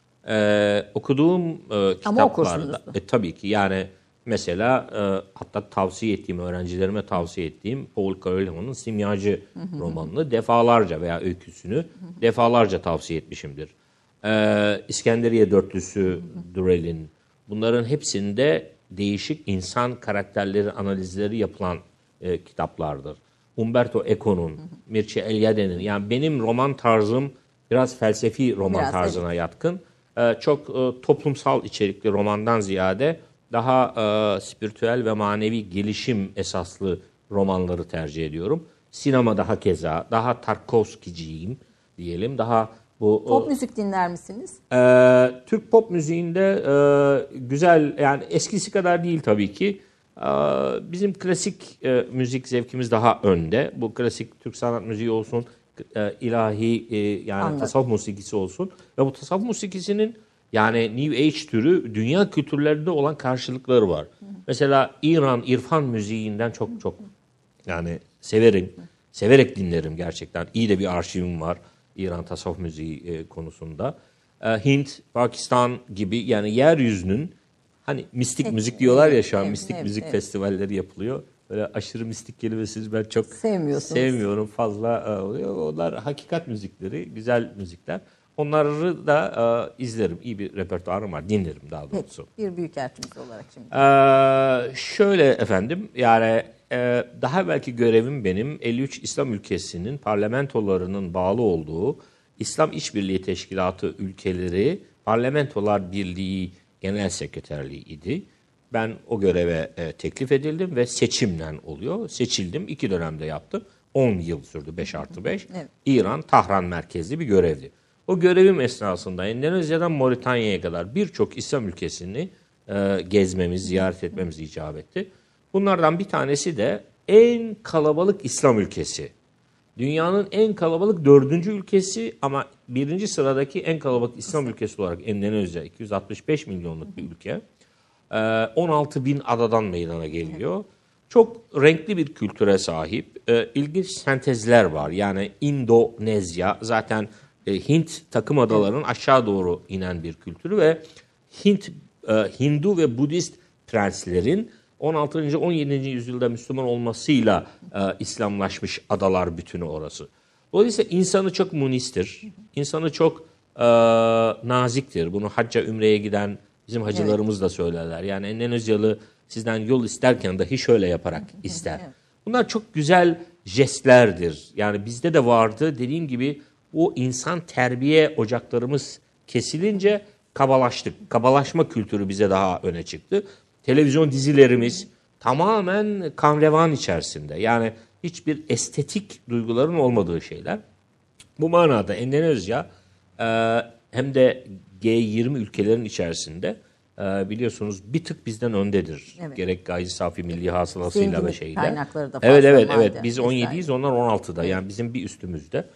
Okuduğum kitaplarda tabii ki yani mesela hatta tavsiye ettiğim, öğrencilerime tavsiye ettiğim Paul Coelho'nun Simyacı romanını defalarca veya öyküsünü defalarca tavsiye etmişimdir. İskenderiye Dörtlüsü, Durrell'in, bunların hepsinde değişik insan karakterleri analizleri yapılan kitaplardır. Umberto Eco'nun, Mircea Eliade'nin, yani benim roman tarzım biraz felsefi roman tarzına yatkın. Çok toplumsal içerikli romandan ziyade daha spiritüel ve manevi gelişim esaslı romanları tercih ediyorum. Sinema daha keza, daha Tarkovskiciyim diyelim. Daha bu pop müzik dinler misiniz? Türk pop müziğinde güzel, yani eskisi kadar değil tabii ki. Bizim klasik müzik zevkimiz daha önde. Bu klasik Türk sanat müziği olsun, ilahi yani tasavvuf musikisi olsun ve bu tasavvuf musikisinin yani New Age türü dünya kültürlerinde olan karşılıkları var. Mesela İran irfan müziğinden çok yani severek dinlerim gerçekten. İyi de bir arşivim var İran tasavvuf müziği konusunda. Hint, Pakistan gibi yani yeryüzünün hani mistik müzik diyorlar ya şu an mistik müzik festivalleri yapılıyor. Böyle aşırı mistik kelimesini ben çok sevmiyorum fazla oluyor. Onlar hakikat müzikleri, güzel müzikler. Onları da izlerim. İyi bir repertuarım var. Dinlerim daha doğrusu. Bir büyükelçimiz olarak şimdi. Şöyle efendim, yani daha belki görevim benim 53 İslam ülkesinin parlamentolarının bağlı olduğu İslam İşbirliği Teşkilatı ülkeleri Parlamentolar Birliği Genel Sekreterliği idi. Ben o göreve teklif edildim ve seçimle oluyor. Seçildim. 2 dönemde yaptım. 10 yıl sürdü 5+5. Evet. İran, Tahran merkezli bir görevdi. O görevim esnasında Endonezya'dan Moritanya'ya kadar birçok İslam ülkesini gezmemiz, ziyaret etmemiz icap etti. Bunlardan bir tanesi de en kalabalık İslam ülkesi. Dünyanın en kalabalık 4. ülkesi ama 1. sıradaki en kalabalık İslam ülkesi olarak Endonezya, 265 milyonluk bir ülke. 16 bin adadan meydana geliyor. Çok renkli bir kültüre sahip. İlginç sentezler var. Yani İndonezya zaten Hint takım adalarının aşağı doğru inen bir kültürü ve Hindu ve Budist prenslerin 16. 17. yüzyılda Müslüman olmasıyla İslamlaşmış adalar bütünü orası. Dolayısıyla insanı çok munistir. İnsanı çok naziktir. Bunu hacca, ümreye giden bizim hacılarımız da söylerler. Yani Endonezyalı sizden yol isterken dahi şöyle yaparak ister. Bunlar çok güzel jestlerdir. Yani bizde de vardı. Dediğim gibi o insan terbiye ocaklarımız kesilince kabalaştık. Kabalaşma kültürü bize daha öne çıktı. Televizyon dizilerimiz tamamen kan revan içerisinde. Yani hiçbir estetik duyguların olmadığı şeyler. Bu manada Endonezya hem de G20 ülkelerin içerisinde biliyorsunuz bir tık bizden öndedir. Evet. Gerek gayri safi milli hasılasıyla Zenginlik ve şeyle. kaynakları da fazla. Evet. Biz vesaire. 17'yiz, onlar 16'da. Yani bizim bir üstümüzde.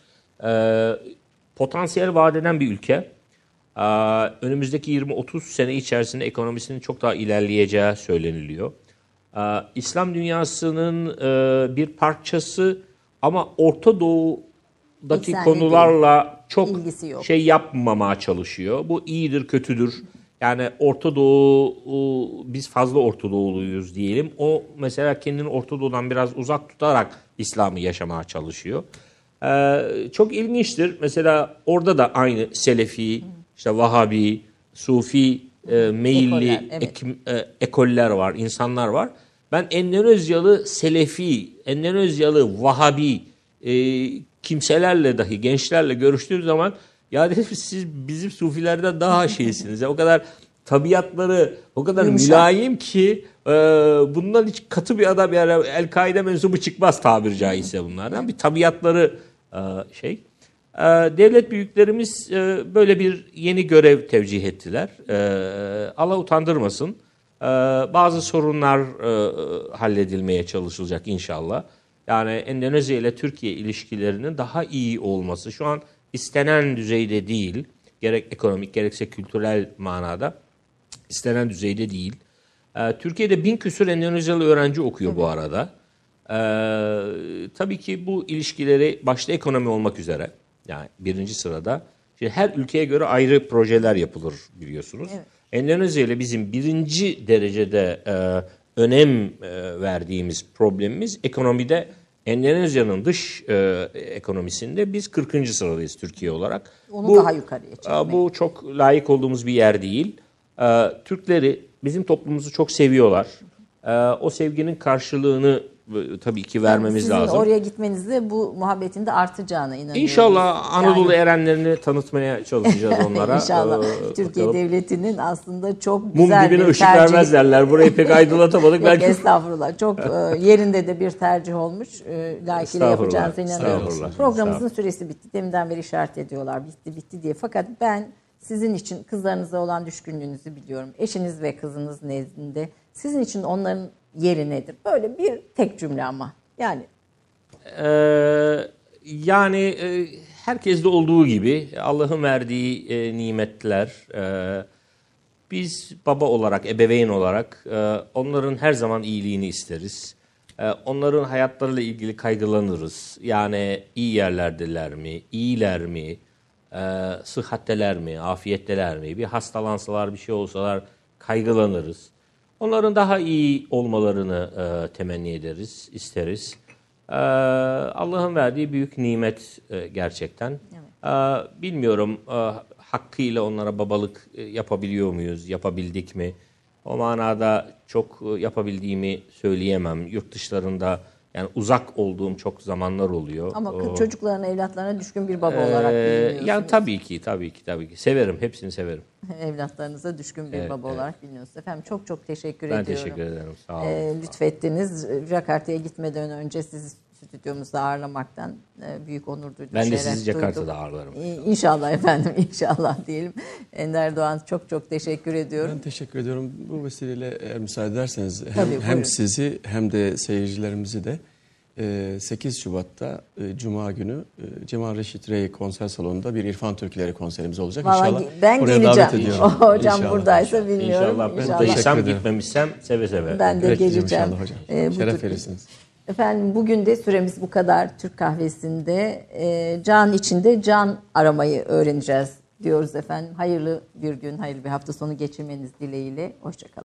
Potansiyel vaat eden bir ülke. Önümüzdeki 20-30 sene içerisinde ekonomisinin çok daha ilerleyeceği söyleniliyor. İslam dünyasının bir parçası ama Orta Doğu'daki İnsanlık konularla çok İlgisi yok. şey yapmamaya çalışıyor. Bu iyidir, kötüdür. Yani Orta Doğu, biz fazla Orta Doğuluyuz diyelim. O mesela kendini Orta Doğu'dan biraz uzak tutarak İslam'ı yaşamaya çalışıyor. Çok ilginçtir. Mesela orada da aynı Selefi, işte Vahabi, Sufi meyilli Ekoller, evet. ekoller var, insanlar var. Ben Endonezyalı Selefi, Endonezyalı Vahabi kimselerle dahi, gençlerle görüştüğüm zaman ya dedim siz bizim Sufilerden daha şeysiniz. O kadar tabiatları o kadar yumuşak, mülayim ki bundan hiç katı bir adam, yani El-Kaide mensubu çıkmaz tabiri caizse bunlardan. Bir tabiatları şey. Devlet büyüklerimiz böyle bir yeni görev tevcih ettiler. Allah utandırmasın. Bazı sorunlar halledilmeye çalışılacak inşallah. Yani Endonezya ile Türkiye ilişkilerinin daha iyi olması şu an istenen düzeyde değil. Gerek ekonomik gerekse kültürel manada istenen düzeyde değil. Türkiye'de 1000 küsur Endonezyalı öğrenci okuyor bu arada. Tabii ki bu ilişkileri başta ekonomi olmak üzere, yani birinci sırada. Şimdi her ülkeye göre ayrı projeler yapılır biliyorsunuz. Evet. Endonezya ile bizim birinci derecede önem verdiğimiz problemimiz ekonomide. Endonezya'nın dış ekonomisinde biz 40. sıradayız Türkiye olarak. Onu daha yukarıya çekmek. Bu çok layık olduğumuz bir yer değil. Türkleri, bizim toplumumuzu çok seviyorlar. O sevginin karşılığını tabii ki vermemiz lazım. Sizin oraya gitmenizle bu muhabbetin de artacağına inanıyorum. İnşallah Anadolu erenlerini tanıtmaya çalışacağız onlara. İnşallah. Türkiye bakalım. Devleti'nin aslında çok Mum güzel dibine bir ışık tercih. vermez derler. Burayı pek aydınlatamadık. Yok, estağfurullah. Çok yerinde de bir tercih olmuş. Layıkıyla yapacağınıza inanıyorum. Programımızın süresi bitti. Deminden beri işaret ediyorlar. Bitti diye. Fakat ben sizin için kızlarınıza olan düşkünlüğünüzü biliyorum. Eşiniz ve kızınız nezdinde. Sizin için onların yeri nedir? Böyle bir tek cümle ama. Yani herkeste olduğu gibi Allah'ın verdiği nimetler, biz baba olarak, ebeveyn olarak onların her zaman iyiliğini isteriz. Onların hayatlarıyla ilgili kaygılanırız. Yani iyi yerlerdeler mi, iyiler mi, sıhhatteler mi, afiyetteler mi, bir hastalansalar, bir şey olsalar kaygılanırız. Onların daha iyi olmalarını temenni ederiz, isteriz. Allah'ın verdiği büyük nimet gerçekten. Evet. Bilmiyorum hakkıyla onlara babalık yapabiliyor muyuz, yapabildik mi? O manada çok yapabildiğimi söyleyemem. Yurt dışlarında yani uzak olduğum çok zamanlar oluyor. Ama çocuklarına, evlatlarına düşkün bir baba olarak biliniyorsunuz. Yani tabii ki. Severim, hepsini severim. Evlatlarınıza düşkün bir baba olarak biliniyorsunuz. Efendim çok teşekkür ediyorum. Ben teşekkür ederim. Sağ olun. Lütfettiniz. Jakarta'ya gitmeden önce sizi stüdyomuzda ağırlamaktan büyük onur duydum. Ben de şeref sizi Jakarta'da ağırlarım. İnşallah efendim, inşallah diyelim. Ender Doğan çok teşekkür ediyorum. Ben teşekkür ediyorum. Bu vesileyle eğer müsaade ederseniz Tabii, hem sizi hem de seyircilerimizi de 8 Şubat'ta Cuma günü Cemal Reşit Rey konser salonunda bir İrfan Türküleri konserimiz olacak. Vallahi İnşallah ben oraya geleceğim. davet ediyorum. Hocam İnşallah. buradaysa bilmiyorum. İnşallah. Ben İnşallah. buradaysam gitmemişsem seve seve. Ben de Bekleyeceğim geleceğim. inşallah hocam. Şeref verirsiniz. Efendim bugün de süremiz bu kadar. Türk kahvesinde can içinde can aramayı öğreneceğiz diyoruz efendim. Hayırlı bir gün, hayırlı bir hafta sonu geçirmeniz dileğiyle. Hoşça kalın.